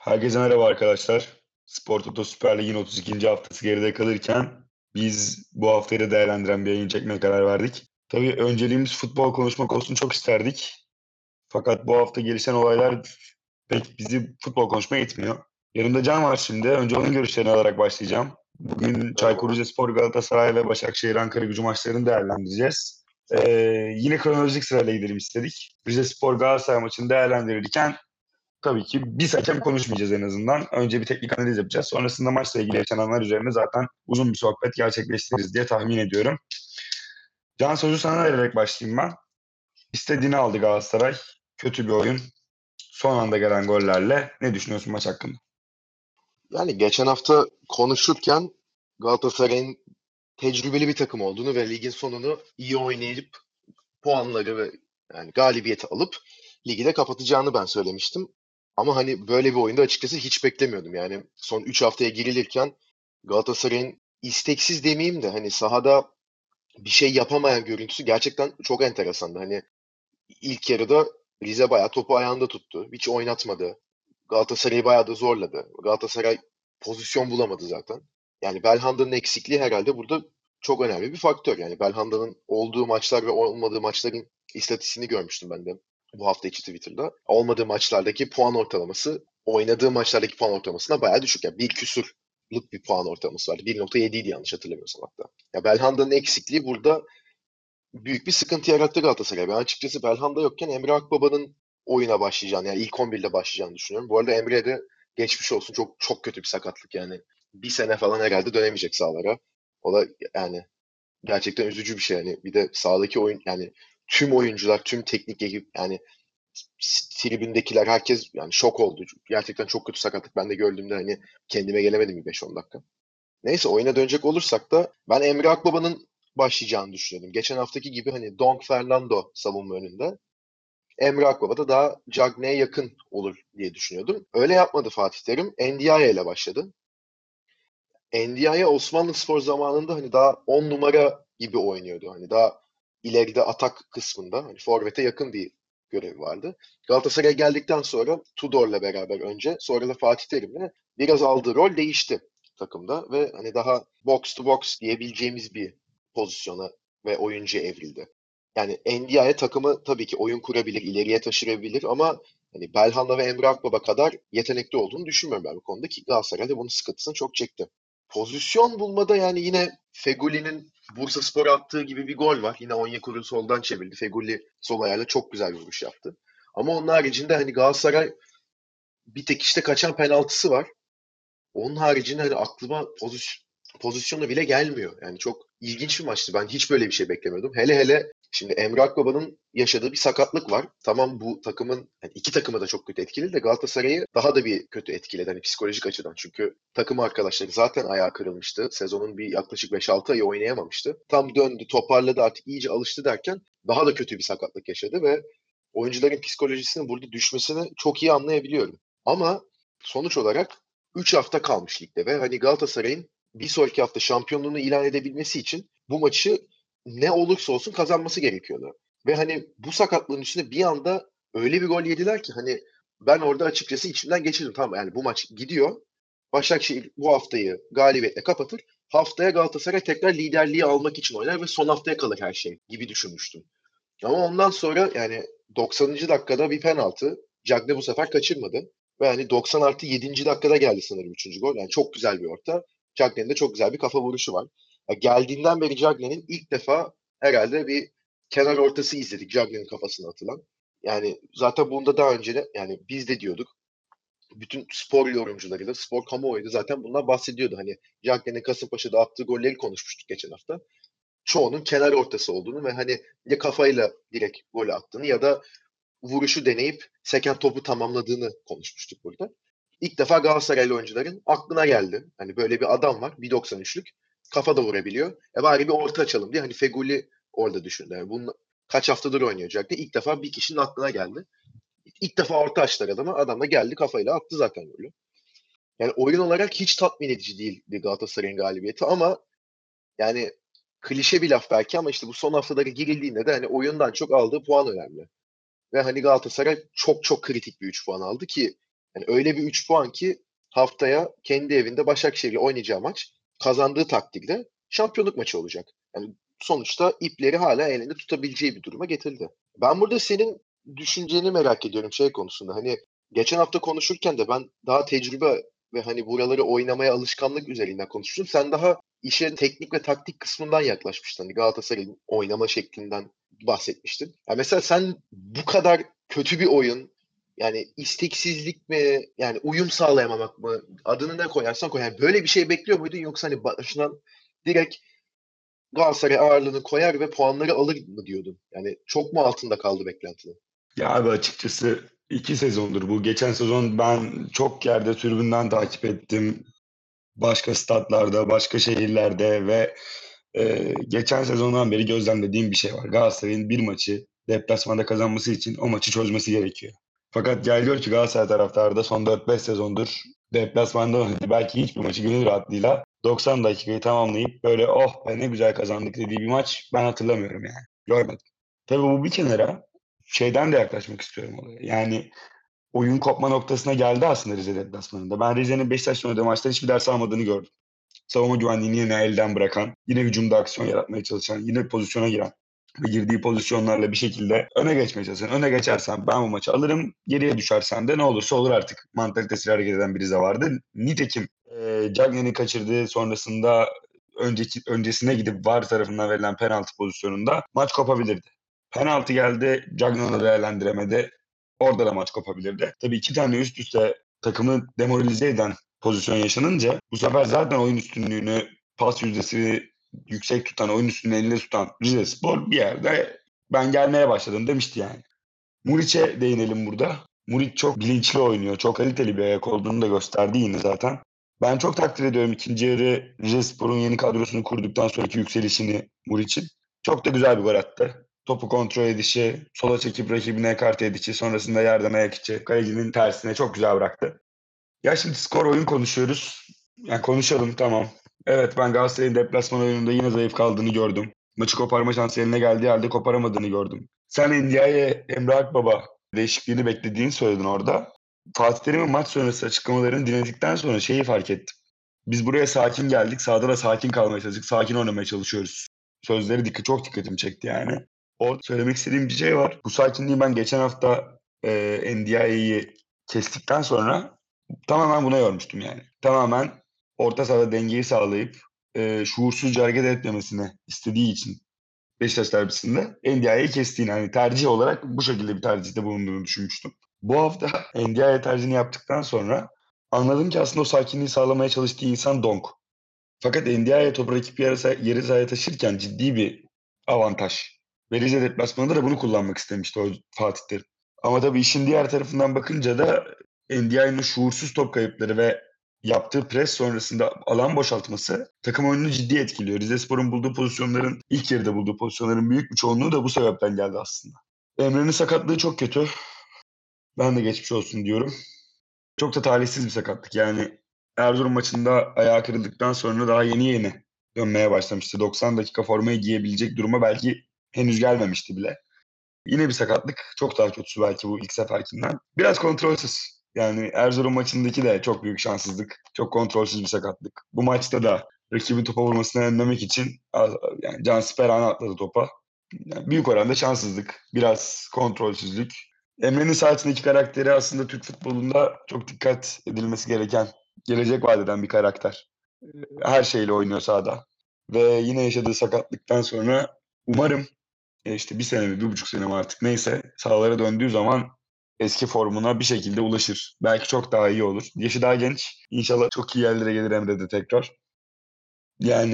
Herkese merhaba arkadaşlar. Spor Toto Süper Lig'in 32. haftası geride kalırken biz bu haftayı da değerlendiren bir yayın çekmeye karar verdik. Tabii önceliğimiz futbol konuşmak olsun, çok isterdik. Fakat bu hafta gelişen olaylar pek bizi futbol konuşmaya itmiyor. Yanımda Can var şimdi. Önce onun görüşlerini alarak başlayacağım. Bugün Çaykur Merhaba. Rizespor, Galatasaray ve Başakşehir Ankaragücü maçlarını değerlendireceğiz. Yine kronolojik sırayla gidelim istedik. Rizespor Galatasaray maçını değerlendirirken tabii ki biz hakem konuşmayacağız en azından. Önce bir teknik analiz yapacağız. Sonrasında maçla ilgili yaşananlar üzerine zaten uzun bir sohbet gerçekleştiririz diye tahmin ediyorum. Can, sözü sana vererek başlayayım ben. İstediğini aldı Galatasaray. Kötü bir oyun. Son anda gelen gollerle. Ne düşünüyorsun maç hakkında? Yani geçen hafta konuşurken Galatasaray'ın tecrübeli bir takım olduğunu ve ligin sonunu iyi oynayıp puanları ve yani galibiyeti alıp ligi de kapatacağını ben söylemiştim. Ama hani böyle bir oyunda açıkçası hiç beklemiyordum. Yani son 3 haftaya girilirken Galatasaray'ın isteksiz demeyeyim de hani sahada bir şey yapamayan görüntüsü gerçekten çok enteresandı. Hani ilk yarıda Rize bayağı topu ayağında tuttu. Hiç oynatmadı. Galatasaray'ı bayağı da zorladı. Galatasaray pozisyon bulamadı zaten. Yani Belhanda'nın eksikliği herhalde burada çok önemli bir faktör. Yani Belhanda'nın olduğu maçlar ve olmadığı maçların istatistiğini görmüştüm ben de bu hafta içi Twitter'da. Olmadığı maçlardaki puan ortalaması oynadığı maçlardaki puan ortalamasına bayağı düşük. Yani bir küsurluk bir puan ortalaması vardı. 1,7 idi yanlış hatırlamıyorsam hatta. Ya Belhanda'nın eksikliği burada büyük bir sıkıntı yarattı Galatasaray. Ben açıkçası Belhanda yokken Emre Akbaba'nın oyuna başlayacağını, yani ilk 11'de başlayacağını düşünüyorum. Bu arada Emre'ye de geçmiş olsun, çok çok kötü bir sakatlık yani. Bir sene falan herhalde dönemeyecek sahalara. O da yani gerçekten üzücü bir şey yani. Bir de sahadaki oyun, yani tüm oyuncular, tüm teknik ekip, yani tribündekiler, herkes yani şok oldu. Gerçekten çok kötü sakatlık. Ben de gördüğümde hani kendime gelemedim bir 5-10 dakika. Neyse, oyuna dönecek olursak da ben Emre Akbaba'nın başlayacağını düşünüyordum. Geçen haftaki gibi hani Don Fernando savunma önünde. Emre Akbaba da daha Cagney'e yakın olur diye düşünüyordum. Öyle yapmadı Fatih Terim. Ndiaye ile başladı. Ndiaye Osmanlıspor zamanında hani daha 10 numara gibi oynuyordu. Hani daha ileride atak kısmında, hani forvete yakın bir görevi vardı. Galatasaray'a geldikten sonra Tudor'la beraber önce, sonra da Fatih Terim'le biraz aldığı rol değişti takımda ve hani daha box to box diyebileceğimiz bir pozisyona ve oyuncuya evrildi. Yani Ndiaye takımı tabii ki oyun kurabilir, ileriye taşırabilir ama hani Belhanda ve Emre Akbaba kadar yetenekli olduğunu düşünmüyorum ben bu konuda, ki Galatasaray da bunun sıkıntısını çok çekti. Pozisyon bulmada yani yine Fegüli'nin Bursaspor'a attığı gibi bir gol var. Yine Onyekuru soldan çevirdi. Fegüli sol ayağıyla çok güzel bir vuruş yaptı. Ama onun haricinde hani Galatasaray bir tek işte kaçan penaltısı var. Onun haricinde hani aklıma pozisyonu bile gelmiyor. Yani çok ilginç bir maçtı. Ben hiç böyle bir şey beklemiyordum. Hele hele şimdi Emre Akbaba'nın yaşadığı bir sakatlık var. Tamam, bu takımın, yani iki takımı da çok kötü etkiledi de Galatasaray'ı daha da bir kötü etkiledi hani psikolojik açıdan. Çünkü takım arkadaşları zaten ayağı kırılmıştı. Sezonun bir yaklaşık 5-6 ayı oynayamamıştı. Tam döndü, toparladı, artık iyice alıştı derken daha da kötü bir sakatlık yaşadı ve oyuncuların psikolojisinin burada düşmesini çok iyi anlayabiliyorum. Ama sonuç olarak 3 hafta kalmış ligde ve hani Galatasaray'ın bir sonraki hafta şampiyonluğunu ilan edebilmesi için bu maçı ne olursa olsun kazanması gerekiyordu. Ve hani bu sakatlığın üstüne bir anda öyle bir gol yediler ki hani ben orada açıkçası içimden geçirdim. Tamam, yani bu maç gidiyor. Başakşehir bu haftayı galibiyetle kapatır. Haftaya Galatasaray tekrar liderliği almak için oynar ve son haftaya kalır her şey gibi düşünmüştüm. Ama ondan sonra yani 90. dakikada bir penaltı. Cagne bu sefer kaçırmadı. Ve hani 90 artı 7. dakikada geldi sanırım 3. gol. Yani çok güzel bir orta. Cagne'nin de çok güzel bir kafa vuruşu var. Ya geldiğinden beri Cagne'nin ilk defa herhalde bir kenar ortası izledik, Cagne'nin kafasına atılan. Yani zaten bunda daha önce de yani biz de diyorduk. Bütün spor yorumcuları da, spor kamuoyu da zaten bundan bahsediyordu. Hani Cagne'nin Kasımpaşa'da attığı golleri konuşmuştuk geçen hafta, çoğunun kenar ortası olduğunu ve hani ya kafayla direkt gol attığını ya da vuruşu deneyip seken topu tamamladığını konuşmuştuk burada. İlk defa Galatasaraylı oyuncuların aklına geldi. Hani böyle bir adam var, 1,93'lük, kafa da vurabiliyor. Bari bir orta açalım diye hani Feguli orada düşündü. Yani bunun kaç haftadır oynayacak diye ilk defa bir kişinin aklına geldi. İlk defa orta açtılar adama. Adam da geldi, kafayla attı zaten golü. Yani oyun olarak hiç tatmin edici değildi Galatasaray'ın galibiyeti ama yani klişe bir laf belki ama işte bu son haftalara girildiğinde de hani oyundan çok aldığı puan önemli. Ve hani Galatasaray çok çok kritik bir 3 puan aldı ki Yani öyle bir 3 puan ki haftaya kendi evinde Başakşehir'le oynayacağı maç kazandığı takdirde şampiyonluk maçı olacak. Yani sonuçta ipleri hala elinde tutabileceği bir duruma getirdi. Ben burada senin düşünceni merak ediyorum şey konusunda. Hani geçen hafta konuşurken de ben daha tecrübe ve hani buraları oynamaya alışkanlık üzerinden konuşmuştum. Sen daha işe teknik ve taktik kısmından yaklaşmıştın. Hani Galatasaray'ın oynama şeklinden bahsetmiştin. Ya mesela sen bu kadar kötü bir oyun, yani isteksizlik mi, yani uyum sağlayamamak mı, adını ne koyarsan koy. Yani böyle bir şey bekliyor muydun, yoksa hani başından direkt Galatasaray ağırlığını koyar ve puanları alır mı diyordun? Yani çok mu altında kaldı beklentinin? Ya abi açıkçası 2 sezondur bu. Geçen sezon ben çok yerde tribünden takip ettim. Başka statlarda, başka şehirlerde ve geçen sezondan beri gözlemlediğim bir şey var. Galatasaray'ın bir maçı deplasmanda kazanması için o maçı çözmesi gerekiyor. Fakat gel gör ki Galatasaray taraftarı da son 4-5 sezondur deplasmanda oynadı. Belki hiçbir maçı gönül rahatlığıyla 90 dakikayı tamamlayıp böyle oh be ne güzel kazandık dediği bir maç ben hatırlamıyorum yani. Görmedim. Tabii bu bir kenara şeyden de yaklaşmak istiyorum olaya. Yani oyun kopma noktasına geldi aslında Rize deplasmanında. Ben Rize'nin Beşiktaş'la oynadığı maçta hiçbir ders almadığını gördüm. Savunma güvenliğini yine elden bırakan, yine hücumda aksiyon yaratmaya çalışan, yine pozisyona giren ve girdiği pozisyonlarla bir şekilde öne geçmeye çalışan. Öne geçersen ben bu maçı alırım, geriye düşersen de ne olursa olur artık mantalitesiyle hareket eden bir Rize vardı. Nitekim Cagney'in kaçırdığı sonrasında öncesine gidip VAR tarafından verilen penaltı pozisyonunda maç kopabilirdi. Penaltı geldi, Cagney onu değerlendiremedi. Orada da maç kopabilirdi. Tabii 2 tane üst üste takımı demoralize eden pozisyon yaşanınca bu sefer zaten oyun üstünlüğünü, pas yüzdesini yüksek tutan, oyun üstünlüğünü elinde tutan Rizespor bir yerde ben gelmeye başladım demişti yani. Muriç'e değinelim burada. Muriç çok bilinçli oynuyor. Çok kaliteli bir ayak olduğunu da gösterdi yine zaten. Ben çok takdir ediyorum ikinci yarı Rizespor'un yeni kadrosunu kurduktan sonraki yükselişini Muriç'in. Çok da güzel bir gol attı. Topu kontrol edişi, sola çekip rakibine ekarte edişi, sonrasında yerden ayak içi, kalecinin tersine çok güzel bıraktı. Ya şimdi skor oyun konuşuyoruz. Yani konuşalım tamam. Evet ben Galatasaray'ın deplasman oyununda yine zayıf kaldığını gördüm. Maçı koparma şansı eline geldiği halde koparamadığını gördüm. Sen Ndiaye, Emre Akbaba değişikliğini beklediğini söyledin orada. Fatih Terim'in maç sonrası açıklamalarını dinledikten sonra şeyi fark ettim. Biz buraya sakin geldik. Sahada da sakin kalmaya çalıştık. Sakin oynamaya çalışıyoruz. Sözleri çok dikkatimi çekti yani. Orada söylemek istediğim bir şey var. Bu sakinliği ben geçen hafta Ndiaye'yi kestikten sonra tamamen buna yormuştum yani. Tamamen orta sahada dengeyi sağlayıp şuursuzca hareket etmemesini istediği için Beşiktaş derbisinde Ndiaye'yi kestiğini hani tercih olarak bu şekilde bir tercihte bulunduğunu düşünmüştüm. Bu hafta Ndiaye tercihini yaptıktan sonra anladım ki aslında o sakinliği sağlamaya çalıştığı insan Donk. Fakat Ndiaye topu rakip yeri sahaya taşırken ciddi bir avantaj. Ve Rize deplasmanında da bunu kullanmak istemişti o Fatih Terim. Ama tabii işin diğer tarafından bakınca da Ndiaye'nin şuursuz top kayıpları ve yaptığı pres sonrasında alan boşaltması takım oyununu ciddi etkiliyor. Rizespor'un bulduğu pozisyonların, ilk yarıda bulduğu pozisyonların büyük bir çoğunluğu da bu sebepten geldi aslında. Emre'nin sakatlığı çok kötü. Ben de geçmiş olsun diyorum. Çok da talihsiz bir sakatlık. Yani Erzurum maçında ayağı kırıldıktan sonra daha yeni dönmeye başlamıştı. 90 dakika formayı giyebilecek duruma belki henüz gelmemişti bile. Yine bir sakatlık. Çok daha kötüsü belki bu ilk seferkinden. Biraz kontrolsüz. Yani Erzurum maçındaki de çok büyük şanssızlık. Çok kontrolsüz bir sakatlık. Bu maçta da rakibin topa vurmasını önlemek için yani Cansperane atladı topa. Yani büyük oranda şanssızlık. Biraz kontrolsüzlük. Emre'nin sağ içindeki karakteri aslında Türk futbolunda çok dikkat edilmesi gereken, gelecek vaat eden bir karakter. Her şeyle oynuyor sahada. Ve yine yaşadığı sakatlıktan sonra umarım işte 1 sene mi 1,5 sene mi artık neyse sahalara döndüğü zaman eski formuna bir şekilde ulaşır. Belki çok daha iyi olur. Yaşı daha genç. İnşallah çok iyi yerlere gelir Emre de tekrar. Yani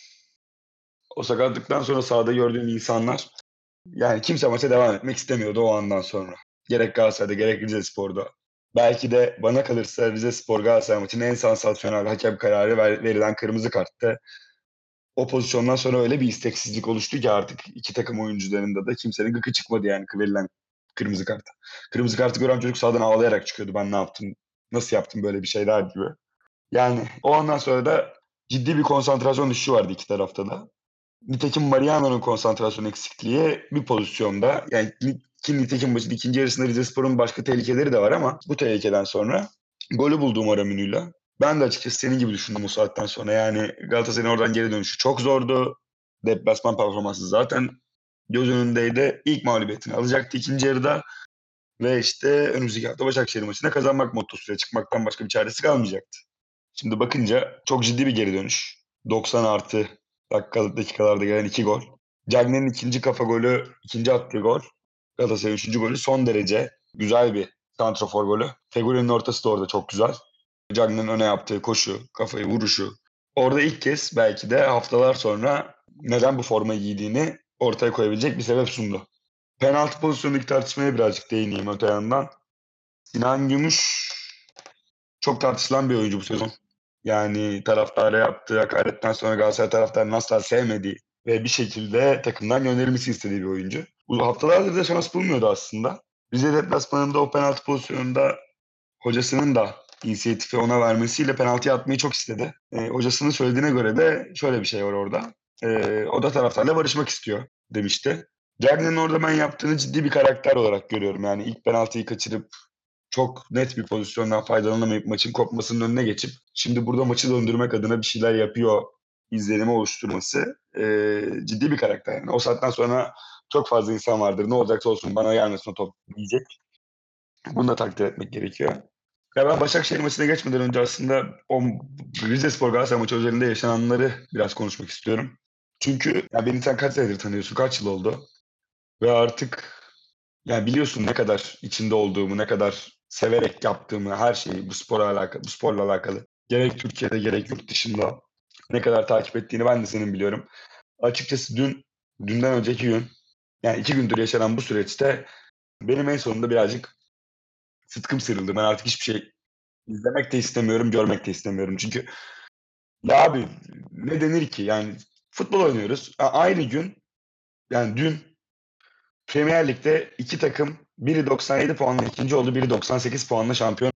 o sakatlıktan sonra sahada gördüğüm insanlar yani kimse maça devam etmek istemiyordu o andan sonra. Gerek Galatasaray'da gerek Rizespor'da. Belki de bana kalırsa Rizespor Galatasaray maçının en sansasyonel hakem kararı verilen kırmızı karttı. O pozisyondan sonra öyle bir isteksizlik oluştu ki artık iki takım oyuncularında da kimsenin gıkı çıkmadı yani verilen kırmızı kartı. Kırmızı kartı gören çocuk sahadan ağlayarak çıkıyordu. Ben ne yaptım, nasıl yaptım böyle bir şey der gibi. Yani o andan sonra da ciddi bir konsantrasyon düşüşü vardı iki tarafta da. Nitekim Mariano'nun konsantrasyon eksikliği bir pozisyonda yani Ki nitekim maçın ikinci yarısında Rizespor'un başka tehlikeleri de var ama bu tehlikeden sonra golü bulduğum Araminu'yla. Ben de açıkçası senin gibi düşündüm o saatten sonra. Yani Galatasaray'ın oradan geri dönüşü çok zordu. Deplasman performansı zaten göz önündeydi. İlk mağlubiyetini alacaktı ikinci yarıda. Ve işte önümüzdeki hafta Başakşehir maçına kazanmak mottosuyla çıkmaktan başka bir çaresi kalmayacaktı. Şimdi bakınca çok ciddi bir geri dönüş. 90 artı dakikalarda gelen 2 gol. Cagney'in ikinci kafa golü, ikinci attığı gol. Galatasaray'ın üçüncü golü son derece güzel bir santrafor golü. Fegüli'nin ortası da orada çok güzel. Cagney'in öne yaptığı koşu, kafayı vuruşu. Orada ilk kez belki de haftalar sonra neden bu formayı giydiğini ortaya koyabilecek bir sebep sundu. Penaltı pozisyonundaki tartışmaya birazcık değineyim öte yandan. Sinan Gümüş çok tartışılan bir oyuncu bu sezon. Yani taraftara yaptığı hakaretten sonra Galatasaray taraftarının asla sevmediği ve bir şekilde takımdan gönderilmesi istediği bir oyuncu. Bu haftalardır da şans bulmuyordu aslında. Rize deplasmanında o penaltı pozisyonunda hocasının da inisiyatifi ona vermesiyle penaltı atmayı çok istedi. Hocasının söylediğine göre de şöyle bir şey var orada. O da taraftarla barışmak istiyor demişti. Cagney'in orada ben yaptığını ciddi bir karakter olarak görüyorum. Yani ilk penaltıyı kaçırıp çok net bir pozisyondan faydalanamayıp maçın kopmasının önüne geçip şimdi burada maçı döndürmek adına bir şeyler yapıyor izlenimi oluşturması ciddi bir karakter. Yani o saatten sonra çok fazla insan vardır. Ne olacaksa olsun bana gelmesin o top diyecek. Bunu da takdir etmek gerekiyor. Ya ben Başakşehir maçına geçmeden önce aslında o Rizespor Galatasaray maçı üzerinde yaşananları biraz konuşmak istiyorum. Çünkü ya beni sen kaç senedir tanıyorsun, kaç yıl oldu? Ve artık yani biliyorsun ne kadar içinde olduğumu, ne kadar severek yaptığımı, her şeyi bu sporla alakalı. Gerek Türkiye'de gerek yurt dışında ne kadar takip ettiğini ben de senin biliyorum. Açıkçası dünden önceki gün, yani 2 gündür yaşanan bu süreçte benim en sonunda birazcık sıtkım sıyrıldı. Ben artık hiçbir şey izlemek de istemiyorum, görmek de istemiyorum. Çünkü ya abi ne denir ki? Yani futbol oynuyoruz. Aynı gün, yani dün Premier Lig'de iki takım biri 97 puanla ikinci oldu, biri 98 puanla şampiyon.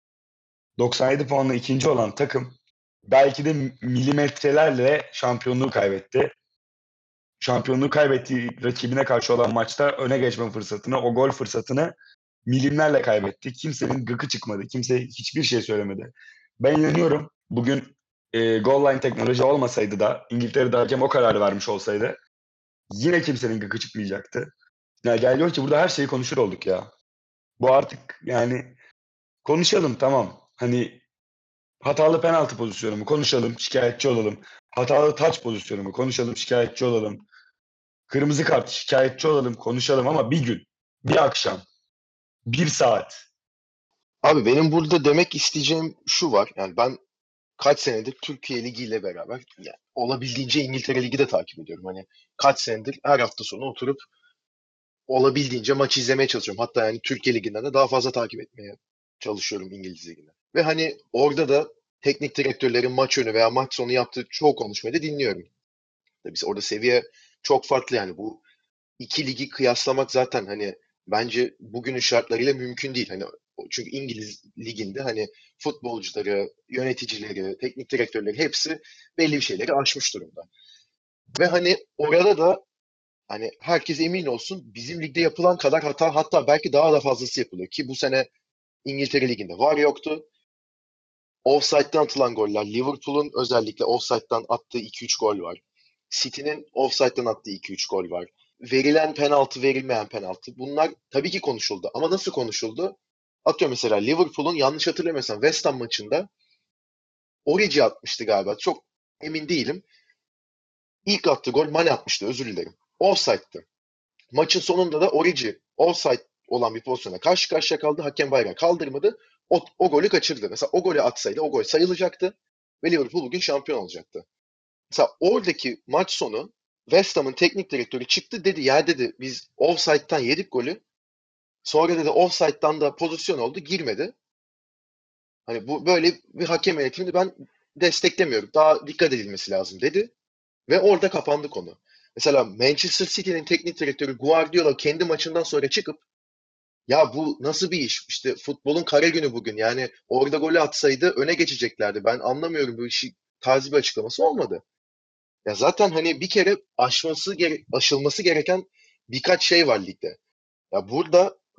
97 puanla ikinci olan takım belki de milimetrelerle şampiyonluğu kaybetti. Şampiyonluğu kaybettiği rakibine karşı olan maçta öne geçme fırsatını, o gol fırsatını milimlerle kaybetti. Kimsenin gıkı çıkmadı. Kimse hiçbir şey söylemedi. Ben inanıyorum bugün goal line teknoloji olmasaydı da İngiltere'de hakem o kararı vermiş olsaydı yine kimsenin gıkı çıkmayacaktı. Ya geliyor ki burada her şeyi konuşur olduk ya. Bu artık yani konuşalım tamam. Hani hatalı penaltı pozisyonu mu konuşalım, şikayetçi olalım. Hatalı taç pozisyonu mu konuşalım, şikayetçi olalım. Kırmızı kart şikayetçi olalım, konuşalım ama bir gün, bir akşam, 1 saat. Abi benim burada demek isteyeceğim şu var. Yani ben kaç senedir Türkiye Ligi ile beraber yani olabildiğince İngiltere Ligi de takip ediyorum. Hani kaç senedir her hafta sonu oturup olabildiğince maç izlemeye çalışıyorum. Hatta yani Türkiye Ligi'nden de daha fazla takip etmeye çalışıyorum İngiliz Ligi'nden. Ve hani orada da teknik direktörlerin maç önü veya maç sonu yaptığı çoğu konuşmayı da dinliyorum. Tabii orada seviye çok farklı yani bu iki ligi kıyaslamak zaten hani bence bugünün şartlarıyla mümkün değil. Hani çünkü İngiliz liginde hani futbolcuları, yöneticileri, teknik direktörleri hepsi belli bir şeyleri aşmış durumda. Ve hani orada da hani herkes emin olsun bizim ligde yapılan kadar hata hatta belki daha da fazlası yapılıyor ki bu sene İngiltere Ligi'nde VAR yoktu. Offside'den atılan goller, Liverpool'un özellikle offside'dan attığı 2-3 gol var. City'nin offside'dan attığı 2-3 gol var. Verilen penaltı, verilmeyen penaltı. Bunlar tabii ki konuşuldu. Ama nasıl konuşuldu? Atıyorum mesela Liverpool'un yanlış hatırlamıyorsam West Ham maçında Origi atmıştı galiba. Çok emin değilim. İlk attığı gol Mane atmıştı, özür dilerim. Offside'dı. Maçın sonunda da Origi offside olan bir pozisyona karşı karşıya kaldı. Hakem bayrağı kaldırmadı. O golü kaçırdı. Mesela o golü atsaydı o gol sayılacaktı ve Liverpool bugün şampiyon olacaktı. Mesela oradaki maç sonu West Ham'ın teknik direktörü çıktı dedi ya dedi biz offside'dan yedik golü. Sonra dedi offside'dan da pozisyon oldu girmedi. Hani bu böyle bir hakem yönetimini ben desteklemiyorum. Daha dikkat edilmesi lazım dedi. Ve orada kapandı konu. Mesela Manchester City'nin teknik direktörü Guardiola kendi maçından sonra çıkıp ya bu nasıl bir iş? İşte futbolun kara günü bugün. Yani orada golü atsaydı öne geçeceklerdi. Ben anlamıyorum bu işi tarzı bir açıklaması olmadı. Ya zaten hani bir kere aşılması gereken birkaç şey var ligde. Ya burada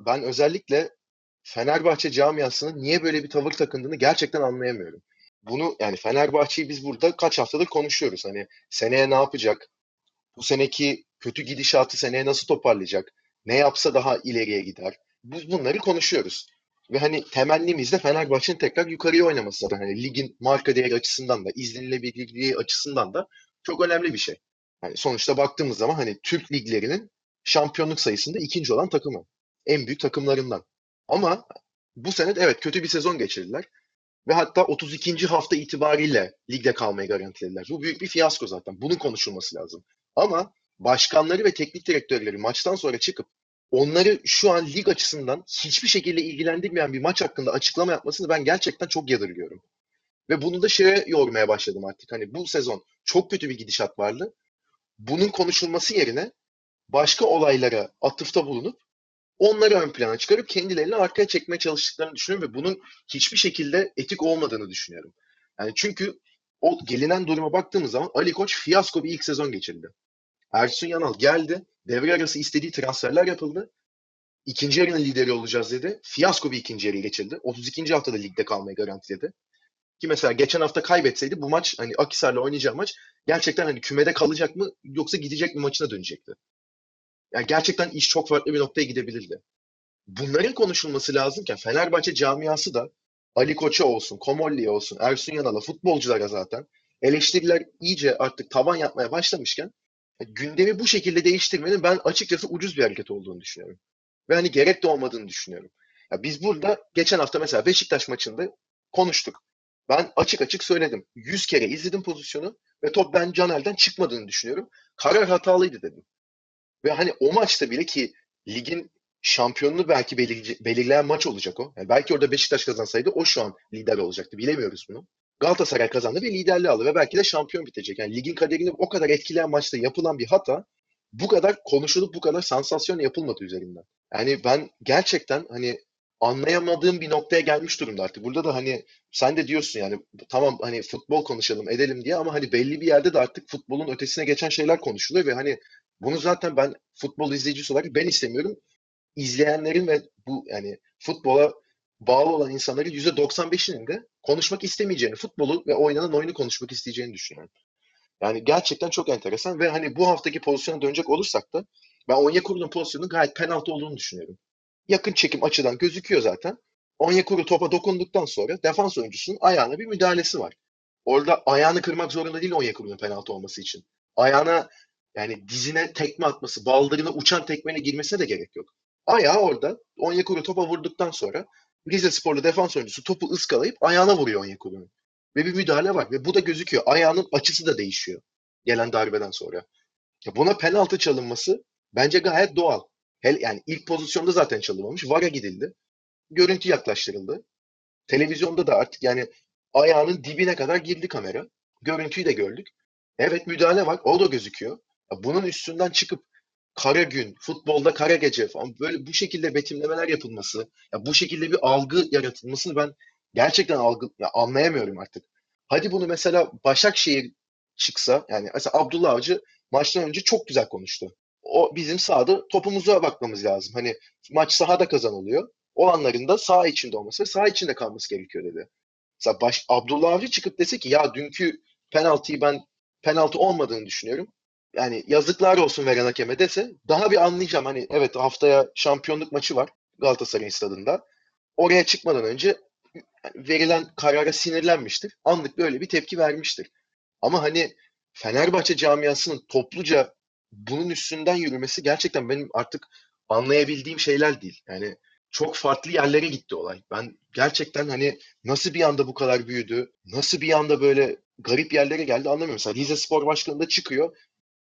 ben özellikle Fenerbahçe camiasının niye böyle bir tavır takındığını gerçekten anlayamıyorum. Bunu yani Fenerbahçe'yi biz burada kaç haftadır konuşuyoruz. Hani seneye ne yapacak? Bu seneki kötü gidişatı seneye nasıl toparlayacak? Ne yapsa daha ileriye gider? Biz bunları konuşuyoruz. Ve hani temennimiz de Fenerbahçe'nin tekrar yukarıya oynaması zaten. Hani ligin marka değeri açısından da, izlenilebilirliği açısından da çok önemli bir şey. Hani sonuçta baktığımız zaman hani Türk liglerinin şampiyonluk sayısında ikinci olan takımı. En büyük takımlarından. Ama bu sene evet kötü bir sezon geçirdiler. Ve hatta 32. hafta itibariyle ligde kalmayı garantilediler. Bu büyük bir fiyasko zaten. Bunun konuşulması lazım. Ama başkanları ve teknik direktörleri maçtan sonra çıkıp onları şu an lig açısından hiçbir şekilde ilgilendirmeyen bir maç hakkında açıklama yapmasını ben gerçekten çok yadırgıyorum. Ve bunu da şeye yormaya başladım artık. Hani bu sezon çok kötü bir gidişat vardı. Bunun konuşulması yerine başka olaylara atıfta bulunup onları ön plana çıkarıp kendilerini arkaya çekmeye çalıştıklarını düşünüyorum ve bunun hiçbir şekilde etik olmadığını düşünüyorum. Yani çünkü o gelinen duruma baktığımız zaman Ali Koç fiyasko bir ilk sezon geçirdi. Ersun Yanal geldi. Devre arası istediği transferler yapıldı. İkinci yarının lideri olacağız dedi. Fiyasko bir ikinci yarıyı geçirdi. 32. haftada ligde kalmayı garantiledi. Ki mesela geçen hafta kaybetseydi bu maç hani Akhisar'la oynayacağı maç gerçekten hani kümede kalacak mı yoksa gidecek mi maçına dönecekti. Yani gerçekten iş çok farklı bir noktaya gidebilirdi. Bunların konuşulması lazımken Fenerbahçe camiası da Ali Koç'a olsun, Komolli'ye olsun, Ersun Yanal'a, futbolculara zaten eleştiriler iyice artık tavan yapmaya başlamışken gündemi bu şekilde değiştirmenin ben açıkçası ucuz bir hareket olduğunu düşünüyorum. Ve hani gerek de olmadığını düşünüyorum. Ya biz burada geçen hafta mesela Beşiktaş maçında konuştuk. Ben açık açık söyledim. 100 kere izledim pozisyonu ve top ben Caner'den çıkmadığını düşünüyorum. Karar hatalıydı dedim. Ve hani o maçta bile ki ligin şampiyonunu belki belirleyen maç olacak o. Yani belki orada Beşiktaş kazansaydı o şu an lider olacaktı. Bilemiyoruz bunu. Galatasaray kazandı ve liderliği aldı ve belki de şampiyon bitecek. Yani ligin kaderini o kadar etkileyen maçta yapılan bir hata bu kadar konuşulup bu kadar sansasyon yapılmadı üzerinden. Yani ben gerçekten hani anlayamadığım bir noktaya gelmiş durumda artık. Burada da hani sen de diyorsun yani tamam hani futbol konuşalım edelim diye ama hani belli bir yerde de artık futbolun ötesine geçen şeyler konuşuluyor ve hani bunu zaten ben futbol izleyicisi olarak ben istemiyorum. İzleyenlerin ve bu yani futbola bağlı olan insanların %95'inin de konuşmak istemeyeceğini, futbolu ve oynanan oyunu konuşmak isteyeceğini düşünüyorum. Yani gerçekten çok enteresan ve hani bu haftaki pozisyona dönecek olursak da ben Onyekuru'nun pozisyonunun gayet penaltı olduğunu düşünüyorum. Yakın çekim açıdan gözüküyor zaten. Onyekuru topa dokunduktan sonra defans oyuncusunun ayağına bir müdahalesi var. Orada ayağını kırmak zorunda değil Onyekuru'nun penaltı olması için. Ayağına yani dizine tekme atması, baldırına uçan tekmeyle girmesine de gerek yok. Ayağı orada Onyekuru topa vurduktan sonra Rizesporlu defans oyuncusu topu ıskalayıp ayağına vuruyor Onyekuru'nun. Ve bir müdahale var ve bu da gözüküyor. Ayağının açısı da değişiyor gelen darbeden sonra. Ya buna penaltı çalınması bence gayet doğal. Yani ilk pozisyonda zaten çalınmamış. VAR'a gidildi. Görüntü yaklaştırıldı. Televizyonda da artık yani ayağının dibine kadar girdi kamera. Görüntüyü de gördük. Evet müdahale var. O da gözüküyor. Ya bunun üstünden çıkıp kara gün, futbolda kara gece falan böyle bu şekilde betimlemeler yapılması, ya bu şekilde bir algı yaratılmasını ben gerçekten anlayamıyorum artık. Hadi bunu mesela Başakşehir çıksa yani mesela Abdullah Avcı maçtan önce çok güzel konuştu. O bizim sahada topumuza bakmamız lazım. Hani maç sahada kazanılıyor. O anlarında saha içinde olması ve saha içinde kalması gerekiyor dedi. Mesela Abdullah Avcı çıkıp dese ki ya dünkü penaltıyı ben penaltı olmadığını düşünüyorum. Yani yazıklar olsun veren hakeme dese daha bir anlayacağım. Hani evet haftaya şampiyonluk maçı var Galatasaray stadında. Oraya çıkmadan önce verilen karara sinirlenmiştir. Anlık böyle bir tepki vermiştir. Ama hani Fenerbahçe camiasının topluca bunun üstünden yürümesi gerçekten benim artık anlayabildiğim şeyler değil. Yani çok farklı yerlere gitti olay. Ben gerçekten hani nasıl bir anda bu kadar büyüdü, nasıl bir anda böyle garip yerlere geldi anlamıyorum. Mesela Rize Spor Başkanı da çıkıyor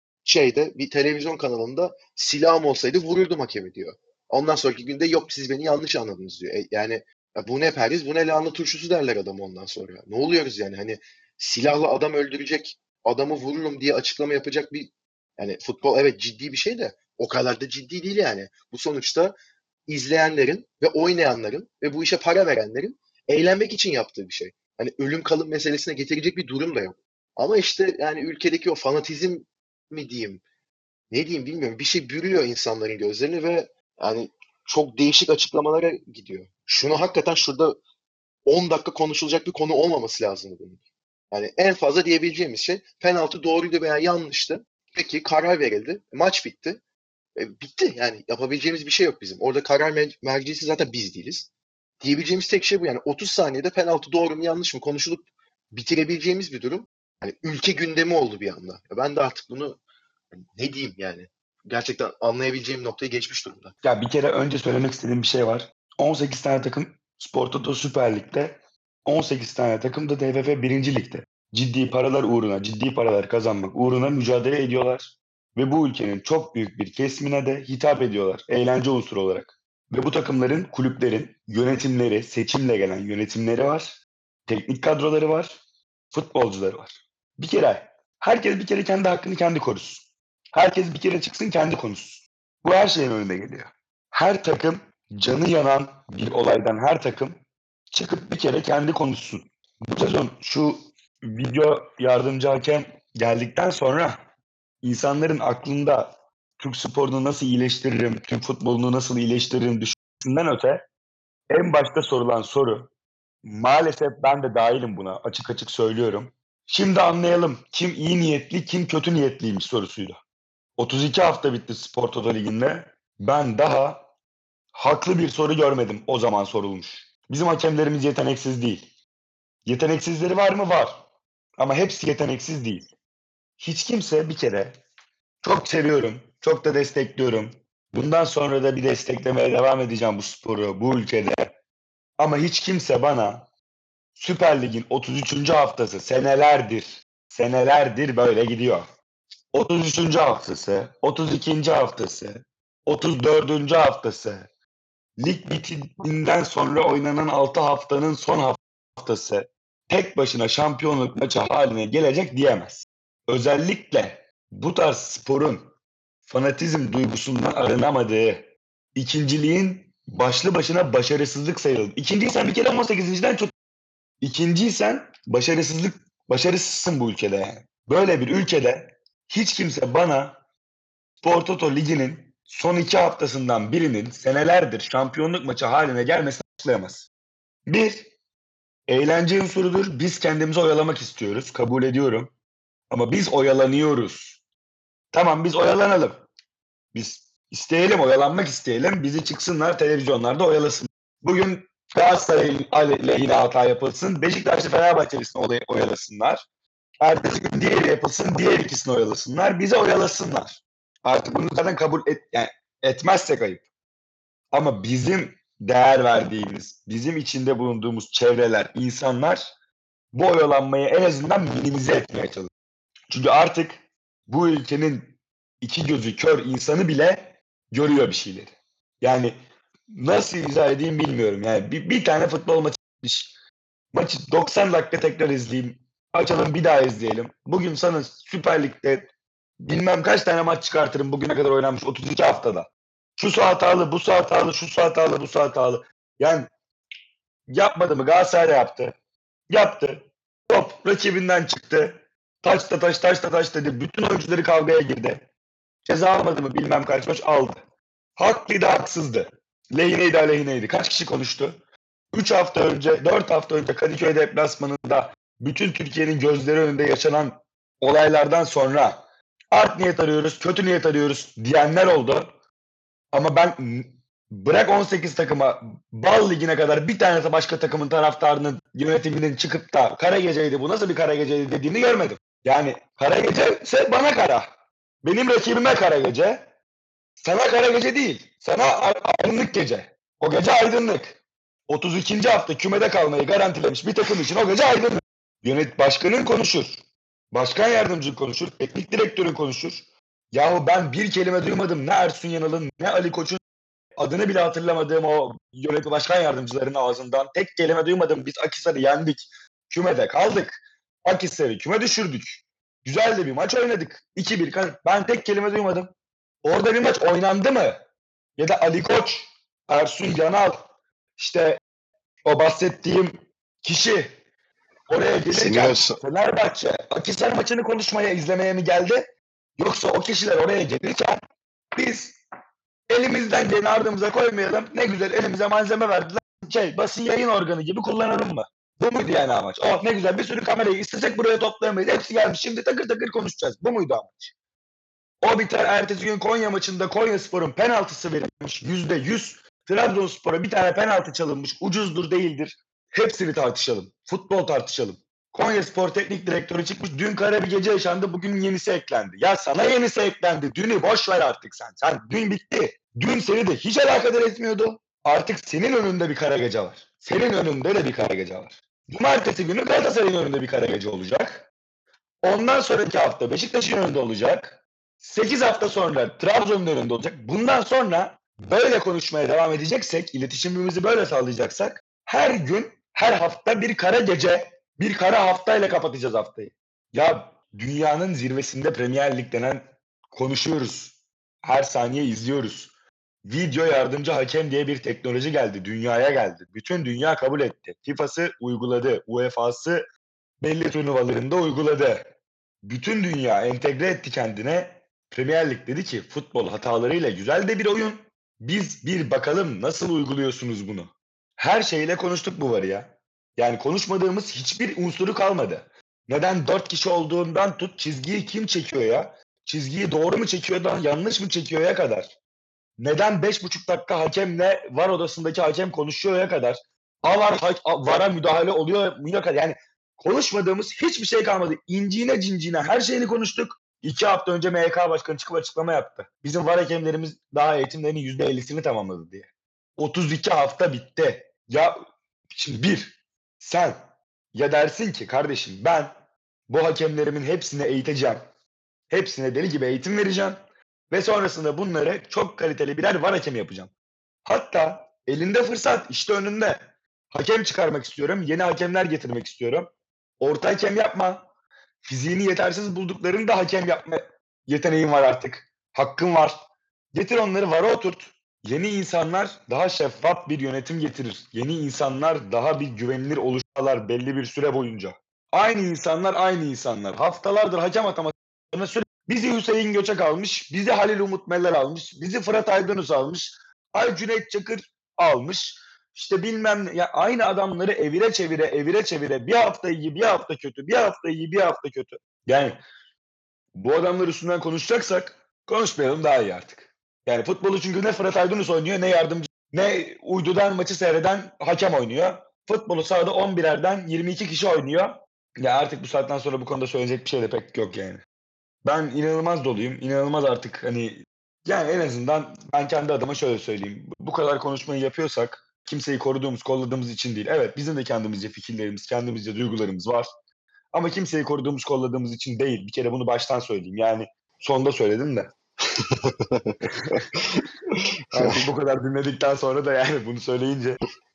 şeyde bir televizyon kanalında silahım olsaydı vururdum hakemi diyor. Ondan sonraki günde yok siz beni yanlış anladınız diyor. Yani ya bu ne periz bu ne lahana turşusu derler adam ondan sonra. Ne oluyoruz yani hani silahla adam öldürecek adamı vururum diye açıklama yapacak bir yani futbol evet ciddi bir şey de o kadar da ciddi değil yani. Bu sonuçta izleyenlerin ve oynayanların ve bu işe para verenlerin eğlenmek için yaptığı bir şey. Hani ölüm kalım meselesine getirecek bir durum da yok. Ama işte yani ülkedeki o fanatizm mi diyeyim, ne diyeyim bilmiyorum. Bir şey bürüyor insanların gözlerini ve yani çok değişik açıklamalara gidiyor. Hakikaten şurada 10 dakika konuşulacak bir konu olmaması lazım bunun. Yani en fazla diyebileceğimiz şey penaltı doğruydu veya yanlıştı. Peki karar verildi. Maç bitti. Bitti. Yani yapabileceğimiz bir şey yok bizim. Orada karar mercisi zaten biz değiliz. Diyebileceğimiz tek şey bu. Yani 30 saniyede penaltı doğru mu yanlış mı konuşulup bitirebileceğimiz bir durum. Yani ülke gündemi oldu bir anda. Ben de artık bunu ne diyeyim yani. Gerçekten anlayabileceğim noktayı geçmiş durumda. Ya bir kere önce söylemek istediğim bir şey var. 18 tane takım Spor Toto Süper Lig'de, 18 tane takım da TFF 1. Lig'de. Ciddi paralar uğruna, ciddi paralar kazanmak uğruna mücadele ediyorlar. Ve bu ülkenin çok büyük bir kesimine de hitap ediyorlar eğlence unsuru olarak. Ve bu takımların, kulüplerin yönetimleri, seçimle gelen yönetimleri var. Teknik kadroları var. Futbolcuları var. Bir kere, herkes bir kere kendi hakkını kendi korusun. Herkes bir kere çıksın kendi konuşsun. Bu her şeyin önünde geliyor. Her takım canı yanan bir olaydan her takım çıkıp bir kere kendi konuşsun. Bu sezon şu video yardımcı hakem geldikten sonra insanların aklında Türk sporunu nasıl iyileştiririm, Türk futbolunu nasıl iyileştiririm düşüncesinden öte en başta sorulan soru, maalesef ben de dahilim buna, açık açık söylüyorum. Şimdi anlayalım kim iyi niyetli, kim kötü niyetliymiş sorusuydu. 32 hafta bitti Spor Toto Ligi'nde. Ben daha haklı bir soru görmedim o zaman sorulmuş. Bizim hakemlerimiz yeteneksiz değil. Yeteneksizleri var mı? Var. Ama hepsi yeteneksiz değil. Hiç kimse bir kere çok seviyorum, çok da destekliyorum. Bundan sonra da bir desteklemeye devam edeceğim bu sporu, bu ülkede. Ama hiç kimse bana Süper Lig'in 33. haftası senelerdir böyle gidiyor. 33. haftası, 32. haftası, 34. haftası, lig bitiminden sonra oynanan 6 haftanın son haftası tek başına şampiyonluk maçı haline gelecek diyemez. Özellikle bu tarz sporun fanatizm duygusundan arınamadığı, ikinciliğin başlı başına başarısızlık sayılır. İkinciysen bir kere 18.den çok. İkinciysen başarısızsın bu ülkede yani. Böyle bir ülkede hiç kimse bana Spor Toto Ligi'nin son 2 haftasından birinin senelerdir şampiyonluk maçı haline gelmesini açıklayamaz. Bir, eğlence unsurudur. Biz kendimizi oyalamak istiyoruz. Kabul ediyorum. Ama biz oyalanıyoruz. Tamam biz oyalanalım. Biz isteyelim, oyalanmak isteyelim. Bizi çıksınlar televizyonlarda oyalasın. Bugün Galatasaray'ın lehine hata yapılsın. Beşiktaş'ta Fenerbahçe'lisini oyalasınlar. Ertesi gün diğeri yapılsın, diğer ikisini oyalasınlar. Bizi oyalasınlar. Artık bunu zaten yani etmezsek ayıp. Ama bizim değer verdiğimiz, bizim içinde bulunduğumuz çevreler, insanlar bu oyalanmayı en azından minimize etmeye çalışıyor. Çünkü artık bu ülkenin iki gözü kör insanı bile görüyor bir şeyleri. Yani nasıl izah edeyim bilmiyorum. Yani bir tane futbol maçı 90 dakika tekrar izleyeyim. Açalım bir daha izleyelim. Bugün sana Süper Lig'de bilmem kaç tane maç çıkartırım bugüne kadar oynanmış 32 haftada. Şu hatalı, bu hatalı, şu hatalı, bu hatalı. Yani yapmadı mı? Galatasaray da yaptı. Yaptı. Top rakibinden çıktı. Taç da taş, taş da taş dedi. Bütün oyuncuları kavgaya girdi. Ceza almadı mı bilmem kaç maç aldı. Haklıydı, haksızdı. Lehineydi, aleyhineydi. Kaç kişi konuştu? 3 hafta önce, 4 hafta önce Kadıköy deplasmanında bütün Türkiye'nin gözleri önünde yaşanan olaylardan sonra art niyet arıyoruz, kötü niyet arıyoruz diyenler oldu. Ama ben bırak 18 takıma, Bal Ligi'ne kadar bir tanesi başka takımın taraftarının yönetiminin çıkıp da kara geceydi bu nasıl bir kara geceydi dediğini görmedim. Yani kara gece ise bana kara. Benim rakibime kara gece. Sana kara gece değil. Sana aydınlık gece. O gece aydınlık. 32. hafta kümede kalmayı garantilemiş bir takım için o gece aydınlık. Başkanın konuşur. Başkan yardımcın konuşur. Teknik direktörün konuşur. Yahu ben bir kelime duymadım. Ne Ersun Yanal'ın ne Ali Koç'un adını bile hatırlamadığım o yönetim başkan yardımcılarının ağzından tek kelime duymadım. Biz Akhisar'ı yendik. Kümede kaldık. Akhisar'ı küme düşürdük. Güzel de bir maç oynadık. 2-1. Ben tek kelime duymadım. Orada bir maç oynandı mı? Ya da Ali Koç, Ersun Yanal, işte o bahsettiğim kişi oraya gelirken Fenerbahçe, Akhisar maçını konuşmaya, izlemeye mi geldi? Yoksa o kişiler oraya gelirken biz Elimizden geleni ardımıza koymayalım. Ne güzel elimize malzeme verdiler. Basın yayın organı gibi kullanalım mı? Bu muydu yani amaç? Oh ne güzel bir sürü kamerayı istesek buraya toplayamayız. Hepsi gelmiş. Şimdi takır takır konuşacağız. Bu muydu amaç? O biter. Ertesi gün Konya maçında Konyaspor'un penaltısı verilmiş. %100. Trabzonspor'a bir tane penaltı çalınmış. Ucuzdur değildir. Hepsini tartışalım. Futbol tartışalım. Konyaspor teknik direktörü çıkmış. Dün kara bir gece yaşandı. Bugün yenisi eklendi. Ya sana yenisi eklendi. Dünü boş ver artık sen. Sen dün bitti. Dün seni de hiç alakadar etmiyordu. Artık senin önünde bir kara gece var. Senin önünde de bir kara gece var. Cumartesi günü Galatasaray'ın önünde bir kara gece olacak. Ondan sonraki hafta Beşiktaş'ın önünde olacak. 8 hafta sonra Trabzon'un önünde olacak. Bundan sonra böyle konuşmaya devam edeceksek, iletişimimizi böyle sağlayacaksak her gün, her hafta bir kara gece, bir kara haftayla kapatacağız haftayı. Ya dünyanın zirvesinde Premier Lig denen konuşuyoruz. Her saniye izliyoruz. Video yardımcı hakem diye bir teknoloji geldi. Dünyaya geldi. Bütün dünya kabul etti. FIFA'sı uyguladı. UEFA'sı belli turnuvalarında uyguladı. Bütün dünya entegre etti kendine. Premier Lig dedi ki futbol hatalarıyla güzel de bir oyun. Biz bir bakalım nasıl uyguluyorsunuz bunu. Her şeyle konuştuk bu varı ya. Yani konuşmadığımız hiçbir unsuru kalmadı. Neden 4 kişi olduğundan tut çizgiyi kim çekiyor ya? Çizgiyi doğru mu çekiyor da yanlış mı çekiyor ya kadar. Neden 5,5 dakika hakemle VAR odasındaki hakem konuşuyor ya kadar. VAR'a müdahale oluyor mu ya kadar. Yani konuşmadığımız hiçbir şey kalmadı. İnciğine cinciğine her şeyini konuştuk. 2 hafta önce MHK Başkanı çıkıp açıklama yaptı. Bizim VAR hakemlerimiz daha eğitimlerinin %50'sini tamamladı diye. 32 hafta bitti. Ya şimdi sen ya dersin ki kardeşim ben bu hakemlerimin hepsini eğiteceğim. Hepsine deli gibi eğitim vereceğim. Ve sonrasında bunları çok kaliteli birer VAR hakemi yapacağım. Hatta elinde fırsat işte önünde. Hakem çıkarmak istiyorum. Yeni hakemler getirmek istiyorum. Orta hakem yapma. Fiziğini yetersiz bulduklarını da hakem yapma yeteneğin var artık. Hakkın var. Getir onları VAR'a oturt. Yeni insanlar daha şeffaf bir yönetim getirir. Yeni insanlar daha bir güvenilir oluşarlar belli bir süre boyunca. Aynı insanlar aynı insanlar. Haftalardır hakem atamasına sürekli bizi Hüseyin Göçek almış, bizi Halil Umut Meler almış, bizi Fırat Aydınus almış, Ay Cüneyt Çakır almış. İşte bilmem ne. Ya aynı adamları evire çevire bir hafta iyi bir hafta kötü, bir hafta iyi bir hafta kötü. Yani bu adamlar üstünden konuşacaksak konuşmayalım daha iyi artık. Yani futbolu çünkü ne Fırat Aydınus oynuyor ne yardımcı ne uydudan maçı seyreden hakem oynuyor. Futbolu sahada 11'erden 22 kişi oynuyor. Ya artık bu saatten sonra bu konuda söyleyecek bir şey de pek yok yani. Ben inanılmaz doluyum. İnanılmaz artık hani yani en azından ben kendi adıma şöyle söyleyeyim. Bu kadar konuşmayı yapıyorsak kimseyi koruduğumuz, kolladığımız için değil. Evet bizim de kendimizce fikirlerimiz, kendimizce duygularımız var. Ama kimseyi koruduğumuz, kolladığımız için değil. Bir kere bunu baştan söyleyeyim. Yani sonda söyledim de. Artık bu kadar dinledikten sonra da yani bunu söyleyince.